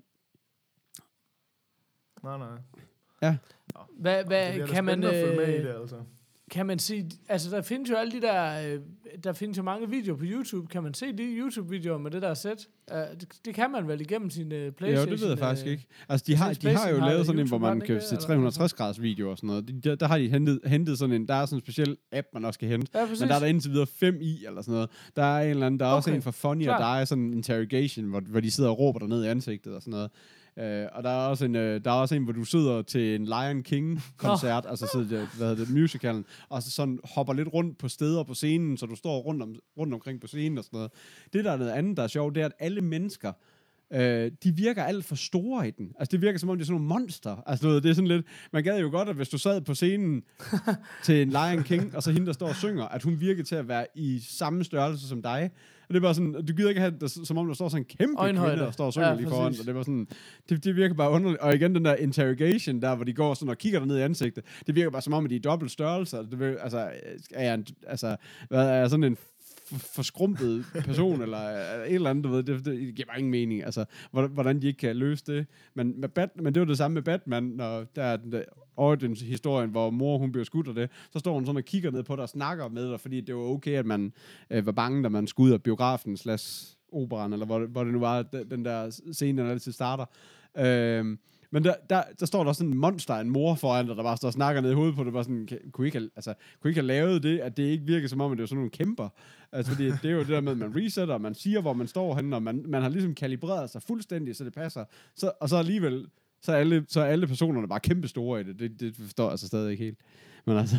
Nej, nej. ja. Hvad, hvad Det kan man... Øh... At følge med i Øh, det, altså. kan man sige... Altså, der findes jo alle de der... Øh, der findes jo mange videoer på YouTube. Kan man se de YouTube-videoer med det der sæt? Uh, det, det kan man vel igennem sin uh, PlayStation? Jo, det ved jeg faktisk øh, ikke. Altså, de har, de har jo har lavet sådan en, YouTube, hvor har man den kan ikke se det, tre hundrede og tres graders video og sådan noget. De, der, der har de hentet, hentet sådan en, der er sådan en speciel app, man også kan hente. Ja, præcis. Men der er der indtil videre fem i, eller sådan noget. Der er en eller anden, der er okay. også en for Funny, Klar. og der er sådan en interrogation, hvor, hvor de sidder og råber dig ned i ansigtet og sådan noget. Uh, og der er også en, uh, der er også en, hvor du sidder til en Lion King koncert, oh. altså sidder det, hvad hedder det, musicalen, og så sådan hopper lidt rundt på steder på scenen, så du står rundt, om, rundt omkring på scenen og sådan noget. Det der er noget andet, der er sjovt, det er, at alle mennesker, uh, de virker alt for store i den. Altså det virker som om, det er sådan nogle monster. Altså det er sådan lidt, man gad jo godt, at hvis du sad på scenen til en Lion King, og så hende, der står og synger, at hun virker til at være i samme størrelse som dig. Og det er bare sådan, du gider ikke have det, som om der står sådan en kæmpe Øjenhøjde. kvinde, der står og synger Ja, lige foran, præcis. og det var sådan, det, det virker bare underligt. Og igen den der interrogation der, hvor de går sådan og kigger dig ned i ansigtet, det virker bare som om, at de er dobbelt størrelse. Det vil, altså, er jeg, en, altså, hvad, er jeg sådan en f- forskrumpet person, eller et eller andet, du ved, det, det giver bare ingen mening, altså, hvordan de ikke kan løse det. Men, med Bat, men det var det samme med Batman, når der er den der origins-historien, hvor mor, hun bliver skudt af det, så står hun sådan og kigger ned på dig og snakker med dig, fordi det var okay, at man øh, var bange, da man skulle ud af biografen slash operan, eller hvor, hvor det nu var, den der scene, der altid starter. Øh, men der, der, der står der sådan en monster, en mor foran dig, der bare står og snakker ned i hovedet på det, bare sådan, kan, kunne I ikke have, altså, kunne I ikke have lavet det, at det ikke virker som om, at det er sådan nogle kæmper. Altså, fordi det er jo det der med, at man resetter, man siger, hvor man står henne, og man, man har ligesom kalibreret sig fuldstændig, så det passer. Så, og så alligevel, så er alle, så er alle personerne bare kæmpe store i det. Det, det forstår jeg altså stadig ikke helt. Men altså...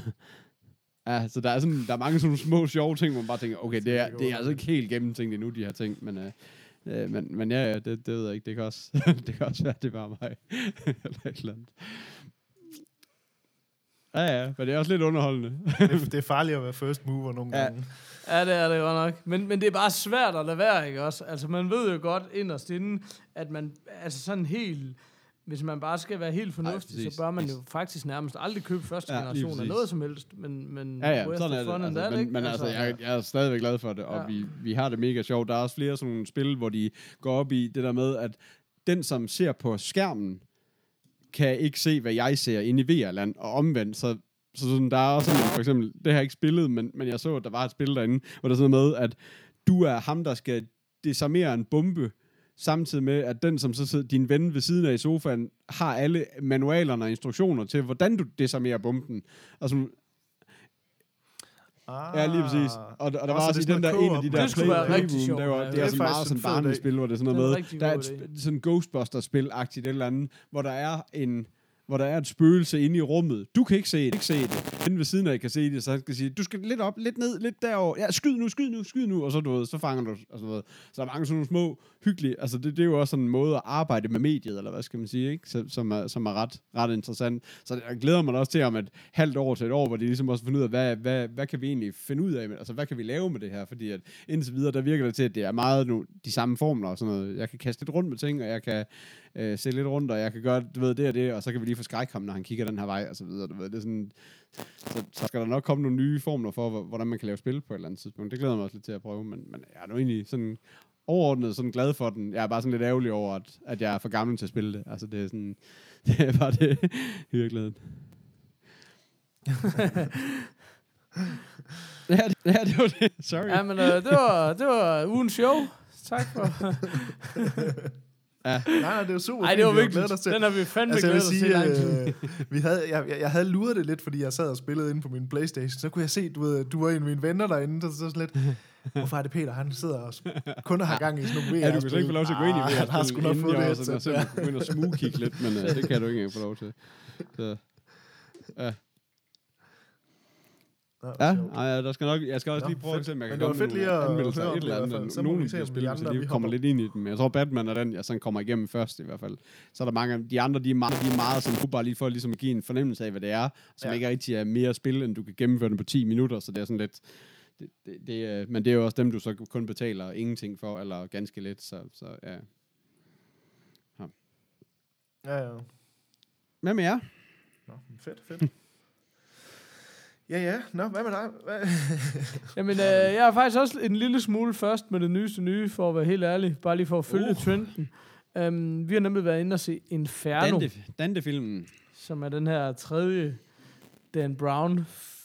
Ja, så der er, sådan, der er mange sådan små, sjove ting, hvor man bare tænker, okay, det er, det er altså ikke helt gennemtænkt endnu, de her ting, men, øh, øh, men, men ja, ja det, det ved jeg ikke, det kan også, det kan også være, det var mig, eller et eller andet. Ja, ja, men det er også lidt underholdende. det, det er farligt at være first mover nogle Ja. gange. Ja, det er det godt nok. Men, men det er bare svært at lade være, ikke også? Altså, man ved jo godt inderst inden, at man, altså sådan helt, hvis man bare skal være helt fornuftig, Ej, så bør man jo faktisk nærmest aldrig købe første Ja, generation lige af præcis. noget som helst. Men, men Ja, ja, where's sådan the er det. fun in Altså, that, men ikke? men altså, jeg, jeg er stadigvæk glad for det, og Ja. vi, vi har det mega sjovt. Der er også flere sådan nogle spil, hvor de går op i det der med, at den, som ser på skærmen, kan ikke se, hvad jeg ser inde i V R-land, og omvendt, så, så sådan, der er også sådan, for eksempel, det har jeg ikke spillet, men, men jeg så, at der var et spil derinde, hvor der er sådan noget med, at du er ham, der skal desarmere en bombe, samtidig med, at den, som så sidder din ven ved siden af i sofaen, har alle manualerne og instruktioner til, hvordan du desarmerer bomben. Og sådan, Ah, ja, lige præcis. Og, og der var også det den der, en af de der det skulle være rigtig sjovt. der var, Ja, det er, er sådan meget faktisk sådan en fed barnespil, hvor det er sådan noget Det er med, der er et sp- sådan Ghostbusters-spil-agtigt et eller andet, hvor der er en hvor der er et spøgelse inde i rummet. Du kan ikke se det, ikke se det. Inden ved siden af kan se det, så han skal sige, du skal lidt op, lidt ned, lidt derover. Ja, skyd nu, skyd nu, skyd nu, og så, du ved, så fanger du, og så, ved. Så der er mange sådan nogle små, hyggelige, altså det, det er jo også sådan en måde at arbejde med mediet, eller hvad skal man sige, ikke? Så, som, er, som er ret, ret interessant. Så jeg glæder mig også til om et halvt år til et år, hvor de ligesom også finder ud af, hvad, hvad, hvad kan vi egentlig finde ud af, med, altså hvad kan vi lave med det her, fordi at indtil videre, der virker det til, at det er meget nu, de samme formler og sådan noget. Jeg kan kaste lidt rundt med ting, og jeg kan øh, se lidt rundt, og jeg kan gøre, du ved, det og det, og så kan vi lige få skræk ham, når han kigger den her vej, og så videre, du ved, det er sådan, så, så skal der nok komme nogle nye formler for, hvordan man kan lave spil på et eller andet tidspunkt. Det glæder mig også lidt til at prøve, men, men jeg er nu egentlig sådan overordnet sådan glad for den. Jeg er bare sådan lidt ærgerlig over, at, at jeg er for gammel til at spille det. Altså, det er sådan, det er bare det i virkeligheden. ja, det, ja, det var det. Sorry. Ja, men øh, det, var, det var ugens show. Tak for... Ja. Nej, nej, det var super. Ej, det var fint, vi vigtigt. glædet os til. Den har vi fandme Altså, jeg glædet vil os til sige, lang tid. øh, vi havde, jeg, jeg, jeg havde luret det lidt, fordi jeg sad og spillede inde på min Playstation. Så kunne jeg se, du ved, du var en af mine venner derinde, så, så sådan lidt, hvorfor er det Peter, han sidder og kun har gang i sådan nogle V R-spil. Ja, du kan slet ikke få lov til at gå ind i V R. Han har sgu nok fået det. Så jeg kan gå ind og smugkigge lidt, men uh, det kan du ikke engang få lov til. Så, ja. Ja, ej, der skal nok, jeg skal også Nå, lige prøve fedt. at se, om jeg kan Men det var komme fedt med lige nogle at anmeldelser høre af om et det i eller hvert fald. andet. Så må Nogle vi af se, de om de spil, andre, så vi de kommer hopper. lidt ind i dem. Men jeg tror, Batman er den, jeg sådan kommer igennem først i hvert fald. Så er der mange af de andre, de er meget, de er meget sådan, bare lige for ligesom at give en fornemmelse af, hvad det er, som Ja. ikke rigtig er mere spil, end du kan gennemføre den på ti minutter, så det er sådan lidt... Det, det, det, er- men det er jo også dem, du så kun betaler ingenting for, eller ganske lidt, så, så ja. Ja, ja. Hvad med jer? Nå, fedt, fedt. Ja, ja. Nå, hvad med dig? Hvad? Jamen, øh, jeg er faktisk også en lille smule først med det nyeste nye, for at være helt ærlig. Bare lige for at følge Uh. trenden. Um, vi har nemlig været inde og se Inferno, Dante, Dante-filmen. som er den her tredje Dan Brown.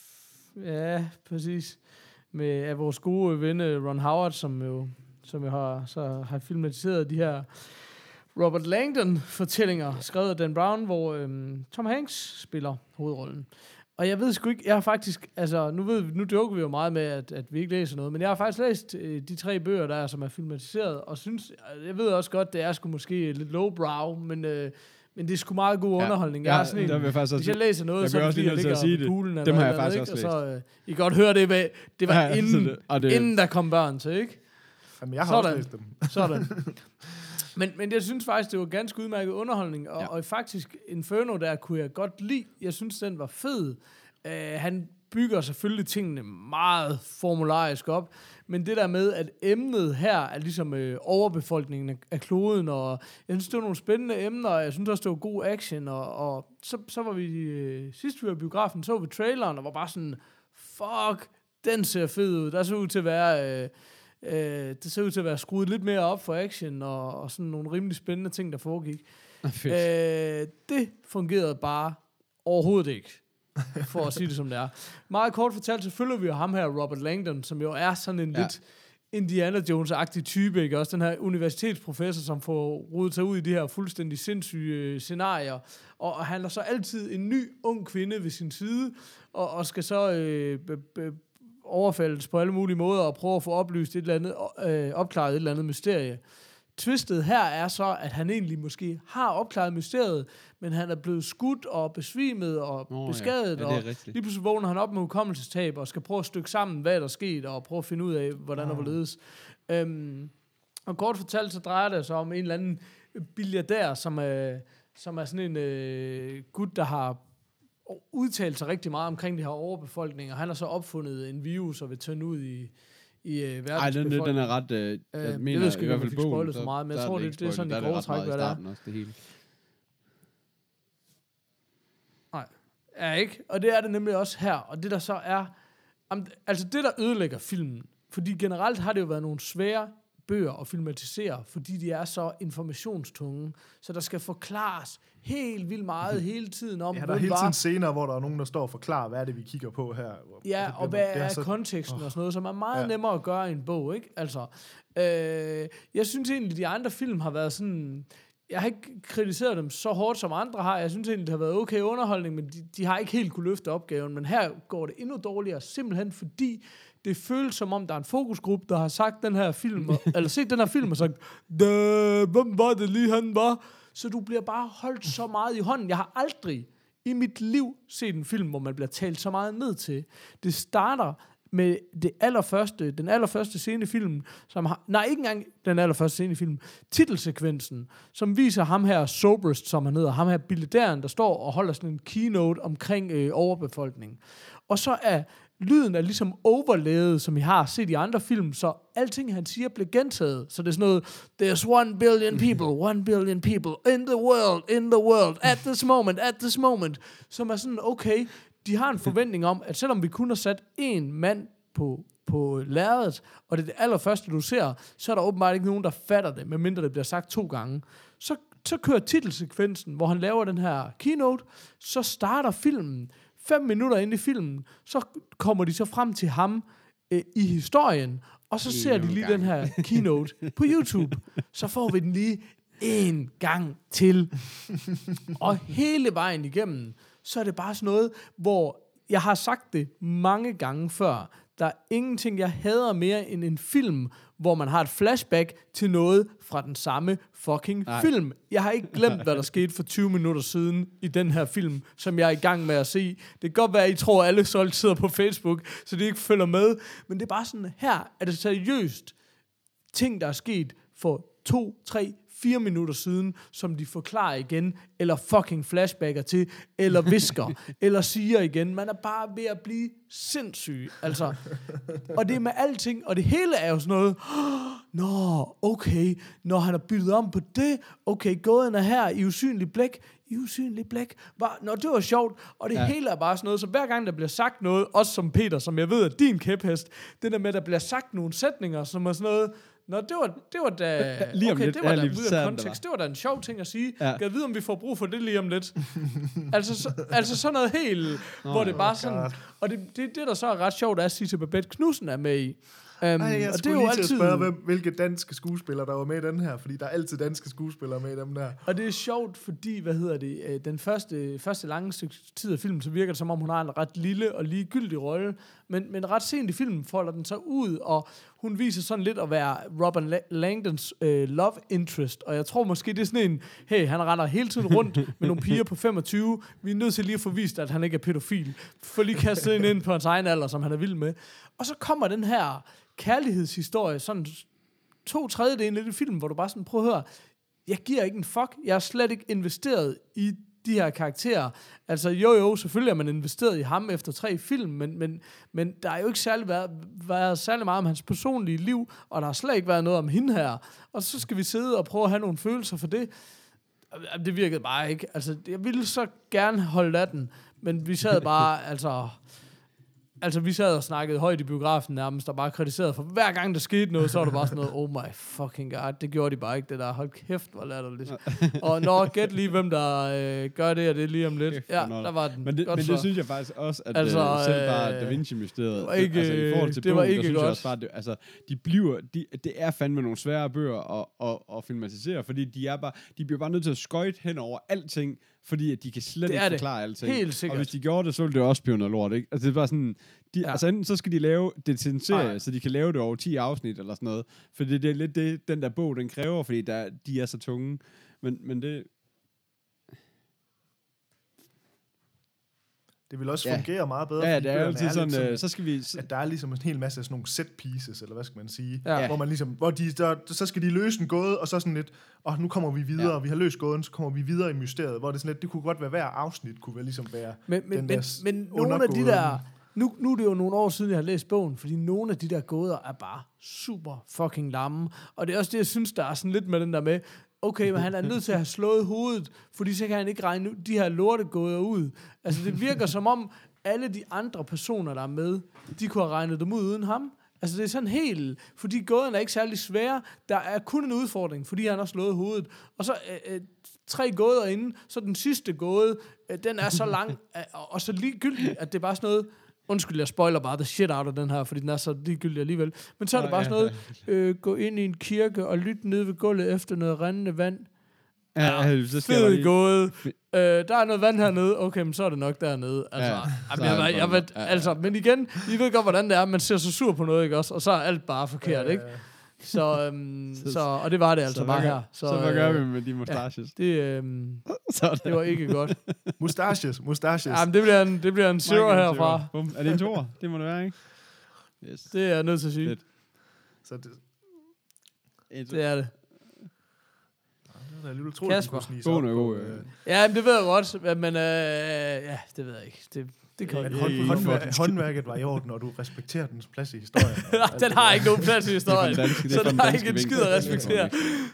Ja, præcis. Med af vores gode ven Ron Howard, som jo, som jo har, så har filmatiseret de her Robert Langdon-fortællinger, skrevet af Dan Brown, hvor øhm, Tom Hanks spiller hovedrollen. Og jeg ved sgu ikke, jeg har faktisk, altså nu, ved, nu joker vi jo meget med, at, at vi ikke læser noget, men jeg har faktisk læst øh, de tre bøger, der er, som er filmatiseret, og synes, jeg ved også godt, det er sgu måske lidt lowbrow, men, øh, men det er sgu meget god underholdning. Jeg ja, har sådan en, der vil jeg faktisk hvis jeg også, læser noget, jeg så er det også fordi, lige jeg nødt til ligger at sige på det. poolen, Dem eller har jeg eller faktisk andet, også ikke? Og så, øh, I kan godt høre det, med, det var Ja, inden, det, og det, inden der kom børn til, ikke? Jamen, jeg har Sådan. også læst dem. Sådan. Men, men jeg synes faktisk, det var ganske udmærket underholdning, og, Ja. ja. og faktisk Inferno der kunne jeg godt lide. Jeg synes, den var fed. Uh, han bygger selvfølgelig tingene meget formularisk op, men det der med, at emnet her er ligesom øh, overbefolkningen af, af kloden, og jeg synes, det var nogle spændende emner, og jeg synes også, det var god action, og, og så, så var vi, øh, sidst vi var i biografen, så var vi traileren, og var bare sådan, fuck, den ser fed ud. Der ser ud til at være... Øh, Øh, det ser ud til at være skruet lidt mere op for action, og, og sådan nogle rimelig spændende ting, der foregik. øh, det fungerede bare overhovedet ikke, for at sige det som det er. Meget kort fortalt, så følger vi jo ham her, Robert Langdon, som jo er sådan en Ja. lidt Indiana Jones-agtig type, ikke? Også den her universitetsprofessor, som får rodet sig ud i de her fuldstændig sindssyge scenarier. Og, og han har så altid en ny, ung kvinde ved sin side, og, og skal så øh, be, be, overfaldes på alle mulige måder og prøve at få oplyst et eller andet, øh, opklaret et eller andet mysterie. Twistet her er så, at han egentlig måske har opklaret mysteriet, men han er blevet skudt og besvimet og Nå, beskadet, ja. Ja, og det er rigtigt. lige pludselig vågner han op med hukommelsestab og skal prøve at stykke sammen, hvad der er sket, og prøve at finde ud af, hvordan der hvorledes. Øhm, og kort fortalt, så drejer det sig om en eller anden billiardær, som er, som er sådan en øh, gut, der har udtalt sig rigtig meget omkring de her overbefolkninger. Han har så opfundet en virus og vil tørne ud i, i øh, Ej, den, verdensbefolkningen. den er ret... Øh, jeg jeg mener, ved sgu i ikke, hvert om fald vi fik bogen, spoilet så for meget, men jeg der er tror, det det- ikke det er sådan spoilet. i Der grove ret træk, meget i hvad det er. starten også, det hele. Nej, er ikke. Og det er det nemlig også her. Og det der så er... Am- Altså det, der ødelægger filmen, fordi generelt har det jo været nogle svære bøger og filmatisere, fordi de er så informationstunge. Så der skal forklares helt vildt meget hele tiden om, ja, der er hele tiden scener, hvor der er nogen, der står og forklarer, hvad er det, vi kigger på her. Ja, altså, og hvad er, er så, konteksten oh, og sådan noget, som er meget ja. nemmere at gøre i en bog, ikke? Altså, øh, jeg synes egentlig, de andre film har været sådan... Jeg har ikke kritiseret dem så hårdt, som andre har. Jeg synes egentlig, det har været okay underholdning, men de, de har ikke helt kunne løfte opgaven. Men her går det endnu dårligere, simpelthen fordi det føles som om, der er en fokusgruppe, der har sagt den her film, eller set den her film og sagt, hvem var det lige, han var? Så du bliver bare holdt så meget i hånden. Jeg har aldrig i mit liv set en film, hvor man bliver talt så meget ned til. Det starter med det allerførste, den allerførste scene i filmen, som har, nej, ikke engang den allerførste scene i filmen, titelsekvensen, som viser ham her, Soberst, som han hedder, ham her billedæren, der står og holder sådan en keynote omkring øh, overbefolkningen. Og så er lyden er ligesom overladet, som I har set i andre film, så alting, han siger, bliver gentaget. Så det er sådan noget, there's one billion people, one billion people in the world, in the world, at this moment, at this moment, som er sådan, okay, de har en forventning om, at selvom vi kun har sat en mand på, på lærredet, og det er det allerførste, du ser, så er der åbenbart ikke nogen, der fatter det, medmindre det bliver sagt to gange. Så, så kører titelsekvensen, hvor han laver den her keynote, så starter filmen, fem minutter inde i filmen, så kommer de så frem til ham øh, i historien, og så ser de lige den her keynote på YouTube. Så får vi den lige en gang til. Og hele vejen igennem, så er det bare sådan noget, hvor jeg har sagt det mange gange før, der er ingenting, jeg hader mere end en film, hvor man har et flashback til noget fra den samme fucking Nej. film. Jeg har ikke glemt, hvad der skete for tyve minutter siden i den her film, som jeg er i gang med at se. Det kan godt være, at I tror, at alle solgt sidder på Facebook, så de ikke følger med. Men det er bare sådan, her er det seriøst ting, der er sket for to, tre, fire minutter siden, som de forklarer igen, eller fucking flashbacker til, eller visker, eller siger igen. Man er bare ved at blive sindssyg. Altså, og det er med alting, og det hele er jo sådan noget, nå, okay, når han har byttet om på det, okay, gåden er her, i usynlig blæk, i usynlig blæk, var, nå, det var sjovt, og det ja. hele er bare sådan noget, så hver gang der bliver sagt noget, også som Peter, som jeg ved er din kæphest, det der med, at der bliver sagt nogle sætninger, som er sådan noget, nå, det var, det var da... Lige om okay, lidt. det var Ja, da lige ude af kontekst. Det var da en sjov ting at sige. Ja. Kan jeg vide, om vi får brug for det lige om lidt? altså, så, altså sådan noget helt, oh, hvor det bare sådan... God. Og det, det, det, der så er ret sjovt, er at sige til Babette Knudsen er med i. Um, Ej, jeg og skulle det er jo lige altid... til at spørge, hvem, hvilke danske skuespillere, der var med i den her, fordi der er altid danske skuespillere med i dem der. Og det er sjovt, fordi, hvad hedder det, den første, første lange stykke tid af filmen, så virker det, som om hun har en ret lille og ligegyldig rolle, men, men ret sent i filmen folder den så ud, og hun viser sådan lidt at være Robin Langdons øh, love interest, og jeg tror måske, det er sådan en, hey, han render hele tiden rundt med nogle piger på femogtyve, vi er nødt til lige at få vist, at han ikke er pædofil, for lige kastet ind, ind på hans egen alder, som han er vild med. Og så kommer den her kærlighedshistorie, sådan to tredjedele af det film, hvor du bare sådan, prøv at høre, jeg giver ikke en fuck, jeg er slet ikke investeret i de her karakterer. Altså jo jo, selvfølgelig er man investeret i ham efter tre film, men, men, men der er jo ikke særlig været, været særlig meget om hans personlige liv, og der har slet ikke været noget om hende her. Og så skal vi sidde og prøve at have nogle følelser for det. Det virkede bare ikke. Altså, jeg ville så gerne holde af den, men vi sad bare, altså... Altså, vi sad og snakkede højt i biografen nærmest, og bare kritiserede for hver gang, der skete noget, så var det bare sådan noget, oh my fucking god, det gjorde de bare ikke, det der, hold kæft, hvor latterligt. Og nå, gæt lige, hvem der øh, gør det, og det lige om lidt. Ja, der var den. Men det, men det synes jeg faktisk også, at altså, øh, selv bare Da Vinci-mysteriet, ikke, altså i forhold til det bogen, var ikke der synes godt. jeg også bare, det, altså, de bliver, de, det er fandme nogle svære bøger at, at, at filmatisere, fordi de er bare, de bliver bare nødt til at skøjte hen over alting, fordi at de kan slet ikke forklare alting. Helt sikkert. Og hvis de gjorde det, så ville det også blive noget lort, ikke? Altså det er bare sådan, de, ja. altså enten så skal de lave det til en serie, Ej. så de kan lave det over ti afsnit eller sådan noget, for det, det er lidt det, den der bog, den kræver, fordi der, de er så tunge. Men, men det... Det vil også ja. fungere meget bedre. Ja, det er jo altid sådan, sådan, så skal vi... At der er ligesom en hel masse af sådan nogle set pieces, eller hvad skal man sige, ja. hvor man ligesom, hvor de, der, så skal de løse en gåde, og så sådan lidt, og nu kommer vi videre, ja. vi har løst gåden, så kommer vi videre i mysteriet, hvor det sådan lidt, det kunne godt være hver afsnit, kunne vel ligesom være men, men, den men, der men nogle af de der, nu, nu er det jo nogle år siden, jeg har læst bogen, fordi nogle af de der gåder er bare super fucking lamme, og det er også det, jeg synes, der er sådan lidt med den der med, okay, men han er nødt til at have slået hovedet, fordi så kan han ikke regne de her lortegåder ud. Altså, det virker som om, alle de andre personer, der er med, de kunne have regnet dem ud uden ham. Altså, det er sådan helt... Fordi gåden er ikke særlig svære. Der er kun en udfordring, fordi han har slået hovedet. Og så øh, øh, tre gåder inden, så den sidste gåde, øh, den er så lang, øh, og så ligegyldig, at det er bare sådan noget... Undskyld, jeg spoiler bare the shit out af den her, fordi den er så ligegyldig alligevel. Men så er det bare sådan noget... Øh, gå ind i en kirke og lytte ned ved gulvet efter noget rendende vand. Ja, ja, så skal jeg Fed lige... gåde. Øh, der er noget vand hernede. Okay, men så er det nok dernede. Altså, Ja, jamen, jeg, jeg, jeg ved, ja, ja. altså, men igen, I ved godt, hvordan det er. Man ser så sur på noget, ikke også? Og så er alt bare forkert, ikke? Så, øhm, så, og det var det altså så bare hvad gør, her. Så, så hvad gør øh, vi med de mustaches? Ja, det, øhm, Sådan. det var ikke godt. Mustaches, mustaches. Jamen, det bliver en, det bliver en zero herfra. Bum. Er det en toer? Det må det være, ikke? Yes. Det er jeg nødt til at sige. Fedt. Så det, Det er det. det er alligevel utroligt, Kasper. at snige sig God op og på, god, øh, Ja, men det ved jeg godt. Men øh, ja, det ved jeg ikke. Det, det kan Men jeg hånd, ikke. håndværket, håndværket var i orden, når du respekterer dens plads i historien. Den har ikke nogen plads i historien. Det er fra den danske- det er Så fra den der er danske ikke en vinkel. skid at respektere.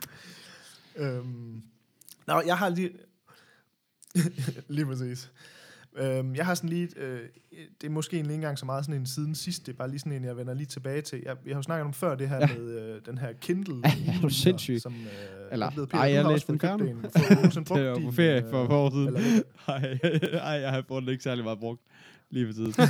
øhm, Nå, jeg har lige... lige præcis. Øhm, jeg har sådan lige... Øh, det er måske egentlig ikke engang så meget sådan en siden sidst. Det er bare lige sådan en, jeg vender lige tilbage til. Jeg, jeg har jo snakket om før det her Ja. med øh, den her Kindle. Er du sindssyg? Som, øh, Eller- er blevet ej, jeg du har læste også den fået købt færdig. en. Får du nogensinde brugt Det var på din, ferie øh, for et par år siden. eller hvad? Ej, ej, jeg har brugt det ikke særlig meget brugt lige for tiden.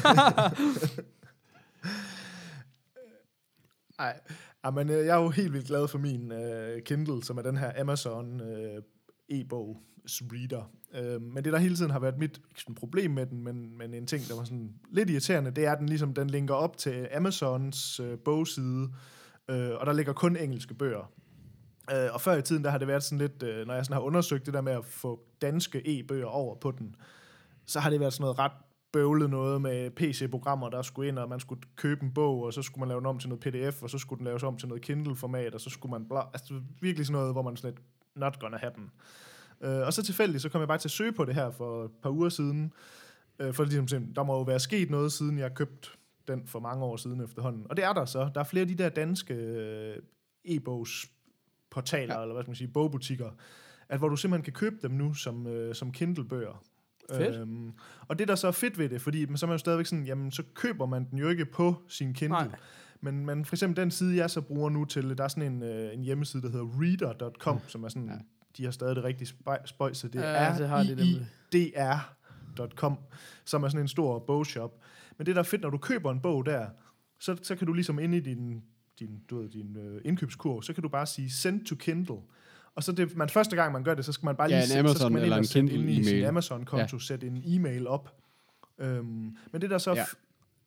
Nej, ja, men øh, jeg er jo helt vildt glad for min øh, Kindle, som er den her Amazon øh, e-bog reader. Øh, men det, der hele tiden har været mit ikke sådan problem med den, men, men en ting, der var sådan lidt irriterende, det er, at den ligesom den linker op til Amazons øh, bogside, øh, og der ligger kun engelske bøger. Øh, og før i tiden, der har det været sådan lidt, øh, når jeg sådan har undersøgt det der med at få danske e-bøger over på den, så har det været sådan noget ret bøvlet noget med P C-programmer, der skulle ind, og man skulle købe en bog, og så skulle man lave den om til noget P D F, og så skulle den laves om til noget Kindle-format, og så skulle man bla... Altså virkelig sådan noget, hvor man sådan lidt, not gonna happen. Uh, og så tilfældigt, så kom jeg bare til at søge på det her for et par uger siden, uh, for ligesom, der må jo være sket noget, siden jeg købte den for mange år siden efterhånden. Og det er der så. Der er flere af de der danske uh, e-bogsportaler, ja. eller hvad skal man sige, bogbutikker, at hvor du simpelthen kan købe dem nu som, uh, som Kindle-bøger. Fedt. Øhm, og det der så er fedt ved det, fordi så er man jo stadigvæk sådan, jamen så køber man den jo ikke på sin Kindle. Nej. Men, men for eksempel den side, jeg så bruger nu til, der er sådan en, øh, en hjemmeside, der hedder reader punktum com, mm. som er sådan, ja. de har stadig det rigtige spøj, så det Ja, er det har de i nemlig. d r punktum com, som er sådan en stor bogshop. Men det der er fedt, når du køber en bog der, så, så kan du ligesom inde i din, din, du ved, din øh, indkøbskurv, så kan du bare sige send to Kindle. Og så det, man første gang man gør det, så skal man bare lige Ja, en sætte, Amazon så skal man eller ind og en sætte Kindle ind i sin e-mail. Amazon-konto, Ja. sætte en e-mail op. Øhm, men det der så Ja. f-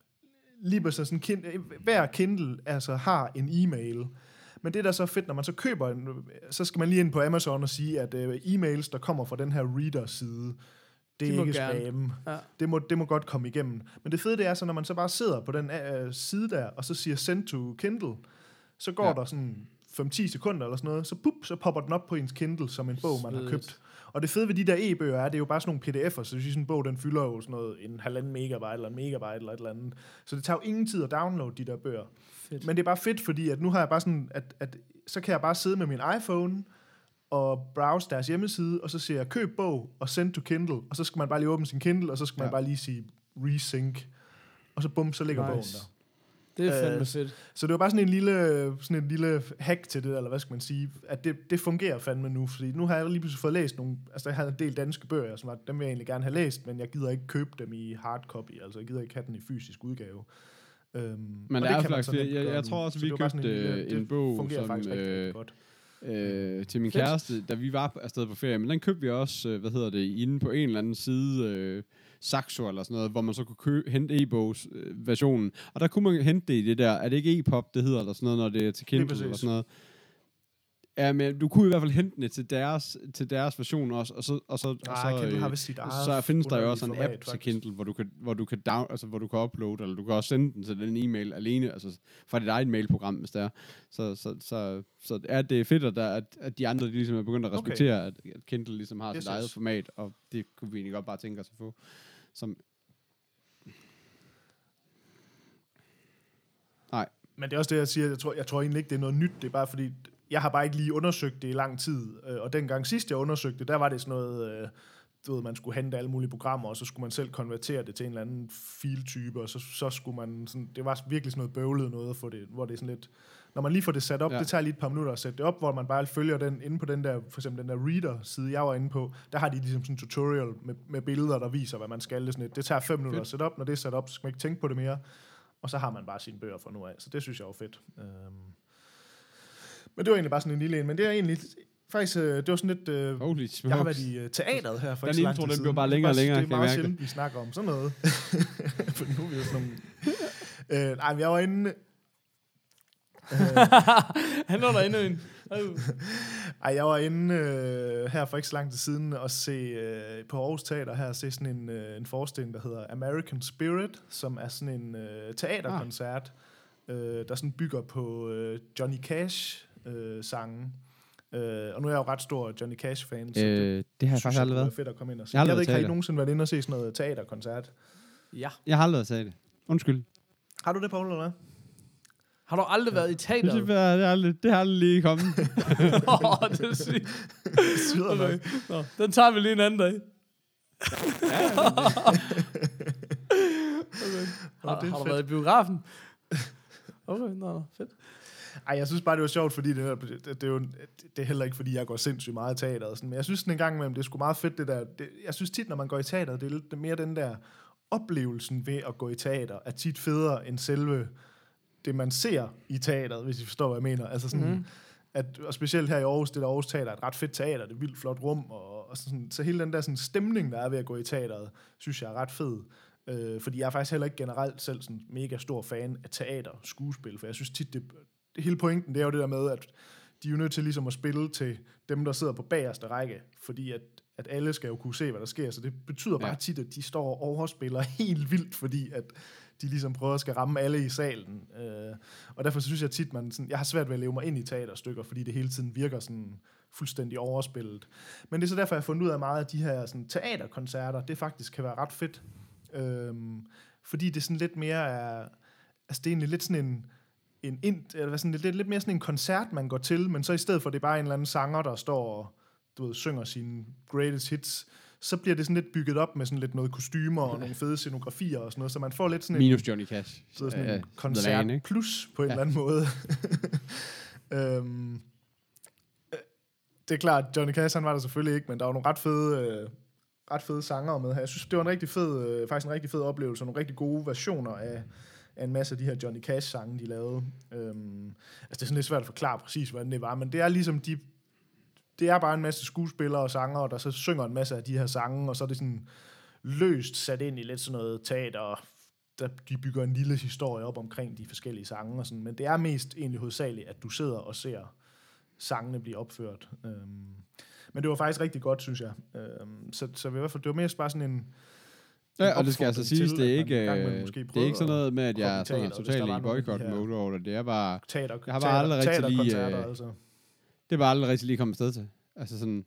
lige på sådan kind, hver Kindle altså har en e-mail. Men det der så fedt, når man så køber en, så skal man lige ind på Amazon og sige, at øh, e-mails, der kommer fra den her reader-side, det De er må ikke gerne. spam. Ja. Det må, det må godt komme igennem. Men det fede det er så, når man så bare sidder på den øh, side der, og så siger send to Kindle, så går Ja. ja. der sådan fem til ti sekunder eller sådan noget, så, pup, så popper den op på ens Kindle som en bog, man har Svedigt. købt. Og det fede ved de der e-bøger er, det er jo bare sådan nogle P D F'er, så det er sådan en bog, den fylder jo sådan noget, en halvanden megabyte eller en megabyte eller et eller andet. Så det tager jo ingen tid at downloade de der bøger. Fedt. Men det er bare fedt, fordi at nu har jeg bare sådan, at, at så kan jeg bare sidde med min iPhone og browse deres hjemmeside, og så siger jeg køb bog og send to Kindle, og så skal man bare lige åbne sin Kindle, og så skal man Ja. bare lige sige resync, og så bum, så ligger Nice. bogen der. Det er fandme Øh, fedt. Så det var bare sådan en lille, sådan en lille hack til det, eller hvad skal man sige, at det, det fungerer fandme nu, fordi nu har jeg lige pludselig fået læst nogle, altså jeg havde en del danske bøger, som var, dem vil jeg egentlig gerne have læst, men jeg gider ikke købe dem i hardcopy, altså jeg gider ikke have den i fysisk udgave. Øhm, Men og der er kan man faktisk, så nemt jeg, jeg, gøre jeg nu. tror også, Så vi det var bare sådan købte lille- øh, det en bog, fungerer som, faktisk rigtig, rigtig øh, godt. øh, til min Fedt. kæreste, da vi var afsted på ferie, men den købte vi også, øh, hvad hedder det, inde på en eller anden side, øh, Saxo eller sådan noget, hvor man så kunne kø- hente e-bogs øh, versionen. Og der kunne man hente det i det der, er det ikke e-pop, det hedder, eller sådan noget, når det er til Kindle præcis. eller sådan noget. Ja, men du kunne i hvert fald hente det til deres, til deres version også, og så, og så, og Nej, så, Kindle har øh, vist sit eget så findes der jo underlige også en format, app til faktisk. Kindle, hvor du kan, hvor du kan, down, altså, hvor du kan uploade, eller du kan også sende den til den e-mail alene, altså fra dit eget mailprogram, hvis det er. Så, så, så, så er det fedt, at, der, at, at de andre de ligesom er begyndt at Okay. respektere, at, at Kindle ligesom har Yes, sit eget yes. format, og det kunne vi egentlig godt bare tænke os at få. Som, nej. Men det er også det, jeg siger, jeg tror, jeg tror egentlig ikke, det er noget nyt, det er bare fordi, jeg har bare ikke lige undersøgt det i lang tid, øh, og dengang sidst jeg undersøgte det, der var det sådan noget, øh, du ved, man skulle hente alle mulige programmer, og så skulle man selv konvertere det til en eller anden filtype, og så, så skulle man sådan, det var virkelig sådan noget bøvlet noget at få det, hvor det er sådan lidt, når man lige får det sat op, ja. Det tager lige et par minutter at sætte det op, hvor man bare følger den inde på den der, for eksempel den der reader-side, jeg var inde på, der har de ligesom sådan en tutorial med, med billeder, der viser, hvad man skal. Det, sådan lidt. Det tager fem minutter fedt. At sætte op, når det er sat op, så skal man ikke tænke på det mere, og så har man bare sine bøger fra nu af, så det synes jeg var fedt. Um, men det var egentlig bare sådan en lille en, men det er egentlig faktisk, det var sådan lidt, øh, jeg har været i uh, teateret her for den ikke så lang tid intro, den siden. bliver bare længere og længere. Det er meget sjældent, vi snakker om sådan noget. For nu er vi jo sådan nogle... øh, nej, men jeg var inde... øh, Han var der endnu en. Ej, jeg var inde øh, her for ikke så lang tid siden og se øh, på Aarhus Teater her, se sådan en, øh, en forestilling, der hedder American Spirit, som er sådan en øh, teaterkoncert, ah. øh, der sådan bygger på øh, Johnny Cash øh, sangen. Uh, og nu er jeg jo ret stor Johnny Cash-fan, øh, så det, det har jeg faktisk aldrig været. Det er fedt at komme ind og se. Jeg, jeg ved ikke, har I nogensinde været inde og se sådan noget teaterkoncert? Ja. Jeg har aldrig været set det. Undskyld. Har du det, Paul, eller hvad? Har du aldrig ja. været i teateret? Det, det, er aldrig, det har aldrig lige kommet. Åh, oh, det er sygt. Okay. Nå, den tager vi lige en anden dag. Ja, okay. Har, har du været i biografen? Okay, nå, nå, fedt. Ej, jeg synes bare, det var sjovt, fordi det, det, det, er jo, det er heller ikke, fordi jeg går sindssygt meget i teateret. Sådan, men jeg synes sådan en gang imellem, det er sgu meget fedt, det der. Det, jeg synes tit, når man går i teateret, det er lidt mere den der oplevelsen ved at gå i teater, er tit federe end selve det, man ser i teateret, hvis I forstår, hvad jeg mener. Altså sådan, mm. at, og specielt her i Aarhus, det der Aarhus Teater er et ret fedt teater, det er et vildt flot rum, og, og sådan, så hele den der sådan, stemning, der er ved at gå i teateret, synes jeg er ret fed. Øh, fordi jeg er faktisk heller ikke generelt selv sådan mega stor fan af teater, skuespil, for jeg synes tit, det Det hele pointen, det er jo det der med, at de er jo nødt til ligesom at spille til dem, der sidder på bagerste række, fordi at, at alle skal jo kunne se, hvad der sker, så det betyder bare ja. tit, at de står og overspiller helt vildt, fordi at de ligesom prøver at skal ramme alle i salen. Øh, og derfor synes jeg tit, man sådan, jeg har svært ved at leve mig ind i teaterstykker, fordi det hele tiden virker sådan fuldstændig overspillet. Men det er så derfor, jeg har fundet ud af meget af de her sådan, teaterkoncerter, det faktisk kan være ret fedt. Øh, fordi det sådan lidt mere er, altså det er egentlig lidt sådan en en ind, eller sådan lidt, lidt mere sådan en koncert, man går til, men så i stedet for, det er bare en eller anden sanger, der står og, du ved, synger sine greatest hits, så bliver det sådan lidt bygget op med sådan lidt noget kostymer og nogle fede scenografier og sådan noget, så man får lidt sådan en... Minus Johnny Cash. Så sådan en uh, koncert van, plus på en ja. eller anden måde. um, det er klart, Johnny Cash, han var der selvfølgelig ikke, men der var nogle ret fede, uh, ret fede sanger med her. Jeg synes, det var en rigtig fed, uh, faktisk en rigtig fed oplevelse, og nogle rigtig gode versioner af af en masse af de her Johnny Cash-sange, de lavede. Øhm, altså, det er sådan lidt svært at forklare præcis, hvordan det var, men det er ligesom de... Det er bare en masse skuespillere og sangere, der så synger en masse af de her sange, og så er det sådan løst sat ind i lidt sådan noget teater, der de bygger en lille historie op omkring de forskellige sange og sådan, men det er mest egentlig hovedsageligt, at du sidder og ser sangene blive opført. Øhm, men det var faktisk rigtig godt, synes jeg. Øhm, så, så i hvert fald, det var mest bare sådan en Ja, og det skal altså siges, det er ikke, det er ikke sådan noget med, at jeg er sådan totalt i boycott-mode over det. Det er bare... Teater, jeg har bare aldrig rigtig lige... Øh, altså. Det er bare aldrig rigtig lige kommet afsted til. Altså sådan...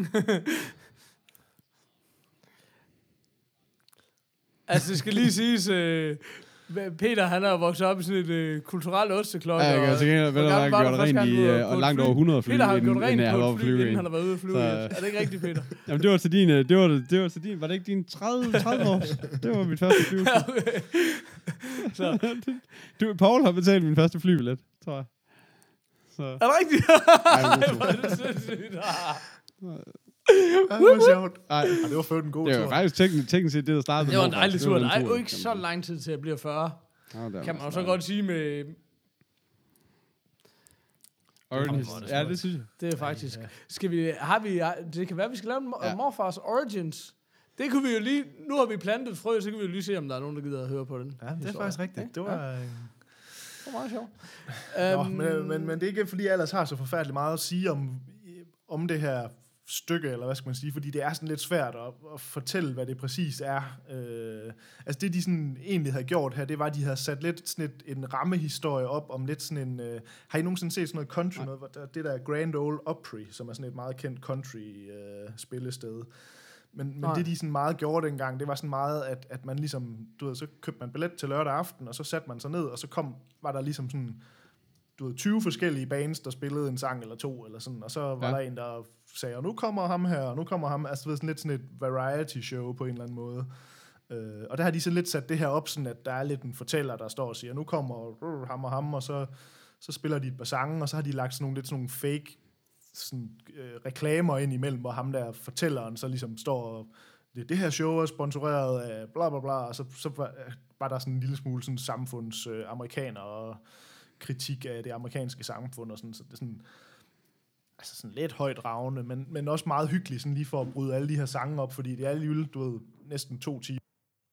altså, det skal lige siges... Øh, Peter, han er vokset op i sådan et øh, kulturelt osteklokke. Ja, jeg kan sige, at Peter har gjort rent i øh, og langt over hundrede fly, Peter har gjort rent på et fly, inden han har været ude at flyve. Så, er det ikke rigtigt, Peter? Jamen, det var til din, det var, det var til din, var det ikke din tredive, tredive år? Det var mit første flyve. Okay. Så. Du, Paul har betalt min første flybillet, tror jeg. Så. Er det rigtigt? Ej, hvor er det sindssygt. Ja, det var sjovt. Ej, det var før den gode tur. Det var faktisk teknisk, teknisk set det, der startede. Det var en dejlig tur. Det er jo ikke så lang tid til at blive fyrre. Ja, kan man jo så godt sige med... Origins. Ja, det synes jeg. Det er faktisk... Skal vi... Har vi... Det kan være, vi skal lave en ja. Morfars Origins. Det kunne vi jo lige... Nu har vi plantet frø, så kan vi jo lige se, om der er nogen, der gider at høre på den. Ja, det er faktisk rigtigt. Det var... Ja. Det var meget sjovt. Nå, um, men, men, men det er ikke, fordi jeg ellers har så forfærdeligt meget at sige om, om det her stykke, eller hvad skal man sige, fordi det er sådan lidt svært at, at fortælle, hvad det præcis er. Øh, altså det, de sådan egentlig havde gjort her, det var, at de havde sat lidt sådan et, en rammehistorie op om lidt sådan en... Øh, har I nogensinde set sådan noget country, noget, der, det der Grand Ole Opry, som er sådan et meget kendt country-spillested. Øh, men, men det, de sådan meget gjorde dengang, det var sådan meget, at, at man ligesom, du ved, så købte man billet til lørdag aften, og så satte man sig ned, og så kom, var der ligesom sådan... du ved, tyve forskellige bands, der spillede en sang eller to, eller sådan, og så var Ja. der en, der sagde, og nu kommer ham her, og nu kommer ham, altså du ved, sådan lidt sådan et variety show på en eller anden måde. Øh, og der har de så lidt sat det her op, sådan at der er lidt en fortæller, der står og siger, nu kommer uh, ham og ham, og så, så spiller de et par sange, og så har de lagt sådan nogle lidt sådan nogle fake sådan, øh, reklamer ind imellem, hvor ham der fortælleren så ligesom står og, det, det her show er sponsoreret af bla bla bla, og så, så var, var der sådan en lille smule sådan samfunds øh, amerikaner og kritik af det amerikanske samfund, og sådan, så det er sådan, altså sådan lidt højt ravne, men, men også meget hyggeligt, sådan lige for at bryde alle de her sange op, fordi det er alligevel, du ved, næsten to timer.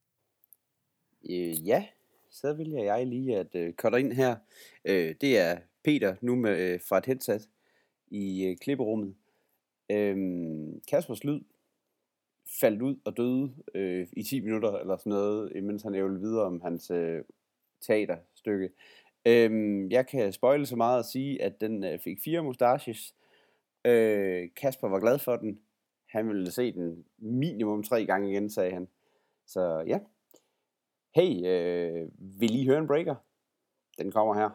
Øh, ja, så vil jeg lige at øh, cutte ind her. Øh, det er Peter nu med, øh, fra et headset i øh, klipperummet. Øh, Kaspers lyd faldt ud og døde øh, i ti minutter eller sådan noget, mens han ævlede videre om hans øh, teaterstykke. Øh, jeg kan spoile så meget at sige, at den øh, fik fire mustaches. Øh, Kasper var glad for den. Han ville se den minimum tre gange igen, sagde han. Så ja. Hey, øh, vil I høre en breaker? Den kommer her.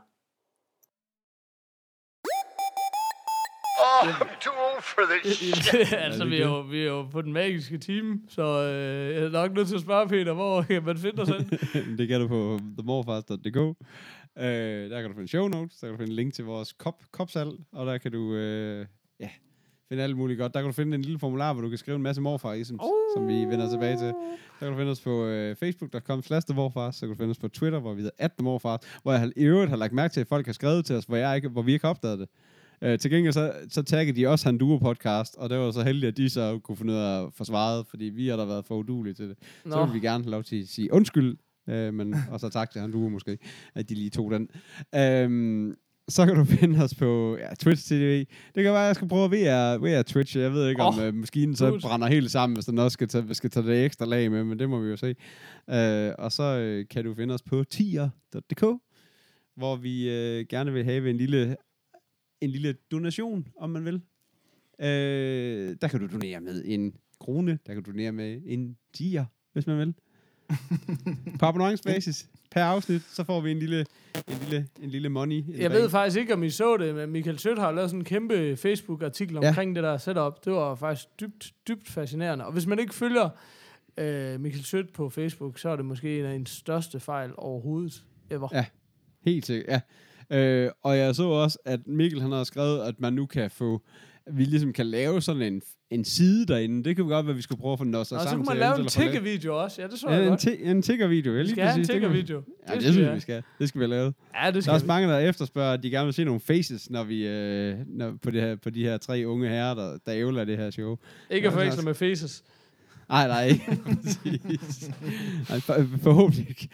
Oh, I'm too old for this shit. altså, vi er, jo, vi er jo på den magiske time, så øh, jeg er nok nødt til at spørge Peter, hvor kan man finde os hen? Det kan du på the morfars punktum d k. Uh, der kan du finde show notes, der kan du finde en link til vores kop, kopsalg, og der kan du uh, ja, finde alt muligt godt. Der kan du finde en lille formular, hvor du kan skrive en masse morfar-isms, oh. som vi vender tilbage til. Der kan du finde os på uh, facebook punktum com slash the morfars, så kan du finde os på Twitter, hvor vi hedder at the morfars, hvor jeg i øvrigt har lagt mærke til, at folk har skrevet til os, hvor, jeg ikke, hvor vi ikke har opdaget det. Uh, til gengæld så, så taggede de også Handuro podcast, og det var så heldigt, at de så kunne finde ud af at forsvare, fordi vi har da været for uduelige til det. Nå. Så vil vi gerne have lov til at sige undskyld, uh, men, og så tak til Handuro måske, at de lige tog den. Um, så kan du finde os på ja, Twitch T V. Det kan være, at jeg skal prøve via, via Twitch. Jeg ved ikke, oh, om uh, maskinen så good. brænder helt sammen, hvis den også skal tage, skal tage det ekstra lag med, men det må vi jo se. Uh, og så uh, kan du finde os på tier punktum d k, hvor vi uh, gerne vil have en lille... en lille donation, om man vil. Øh, der kan du donere med en krone, der kan du donere med en tier, hvis man vil. På abonnementsbasis per afsnit, så får vi en lille, en lille, en lille money. En jeg ved faktisk ikke, om I så det, men Michael Sødt har lavet sådan en kæmpe Facebook-artikel omkring ja. det der setup. Det var faktisk dybt, dybt fascinerende. Og hvis man ikke følger øh, Michael Sødt på Facebook, så er det måske en af ens største fejl overhovedet ever. Ja, helt sikkert, ja. Øh, og jeg så også, at Mikkel han har skrevet, at man nu kan få, vi ligesom kan lave sådan en, en side derinde. Det kan vi godt være, vi skulle prøve at få den også sammen. Så kan man lave en tigger-video også. Ja, det så ja, jeg en godt. T- en tigger-video. Vi skal have en tigger-video. Ja, det, det synes vi, vi skal. Det skal vi have lavet. Ja, det skal der er også vi. mange, der efterspørger, at de gerne vil se nogle faces, når vi, øh, når, på, det her, på de her tre unge herrer, der, der ævler det her show. Ikke at forveksle med faces. Nej, nej, ikke. Nej, for, forhåbentlig ikke.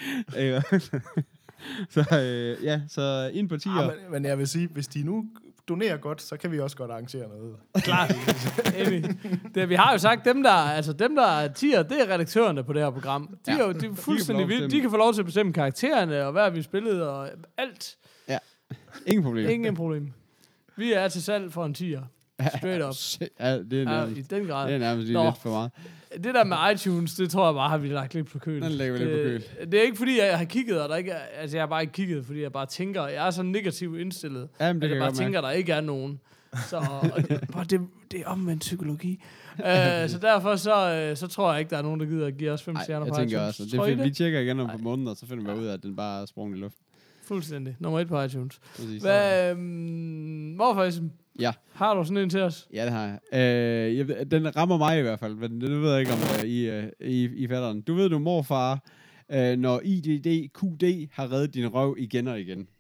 Så øh, ja, så ind på tier. Ah, men, men jeg vil sige, hvis de nu donerer godt, så kan vi også godt arrangere noget. Klart. det, vi har jo sagt, dem der, altså dem der er tier, det er redaktørerne på det her program. De ja. er jo de er fuldstændig vildt. De kan få lov til at bestemme karaktererne, og hvad vi spillede, og alt. Ja, ingen problem. Ingen problem. Vi er til salg for en tier. Straight up. Ja, det er nærmest, ja, i den grad. Det er nærmest lige lidt for meget. Det der med iTunes, det tror jeg bare, har vi lagt lidt på køl. Den lægger vi lidt på køl. Det er ikke fordi, jeg har kigget, og der ikke er, altså jeg har bare ikke kigget, fordi jeg bare tænker, jeg er så negativt indstillet, Jamen, det at jeg bare tænker, med. der ikke er nogen. Så og det, bare det, det er omvendt psykologi. uh, så derfor så, uh, så tror jeg ikke, der er nogen, der gider at give os fem Ej, stjerner på jeg iTunes. tænker også, det find, vi tjekker igen om på måneden, og så finder vi ud af, at den bare er sprunget i luften. Fuldstændig. Nummer et på iTunes. Præcis. Hvad, um, hvorfor Ja. Har du sådan en til os? Ja, det har jeg. Øh, jeg den rammer mig i hvert fald, men det ved jeg ikke, om uh, I, uh, I, I fatter den. Du ved du, morfar, uh, når I D D Q D har reddet din røv igen og igen.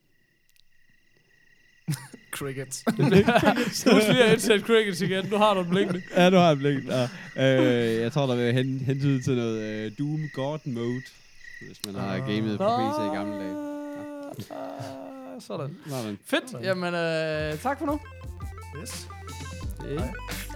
Crickets. Husk lige at indsætte crickets igen. Nu har du den blinkende. Ja, nu har jeg blinket. Ja. Uh, jeg tror, der vil hen, hentyde til noget uh, Doom God Mode, hvis man har uh, gamet på P C i gamle dage. Ja. Sådan. Sådan. Fedt. Jamen, øh, tak for nu. Yes. Hej.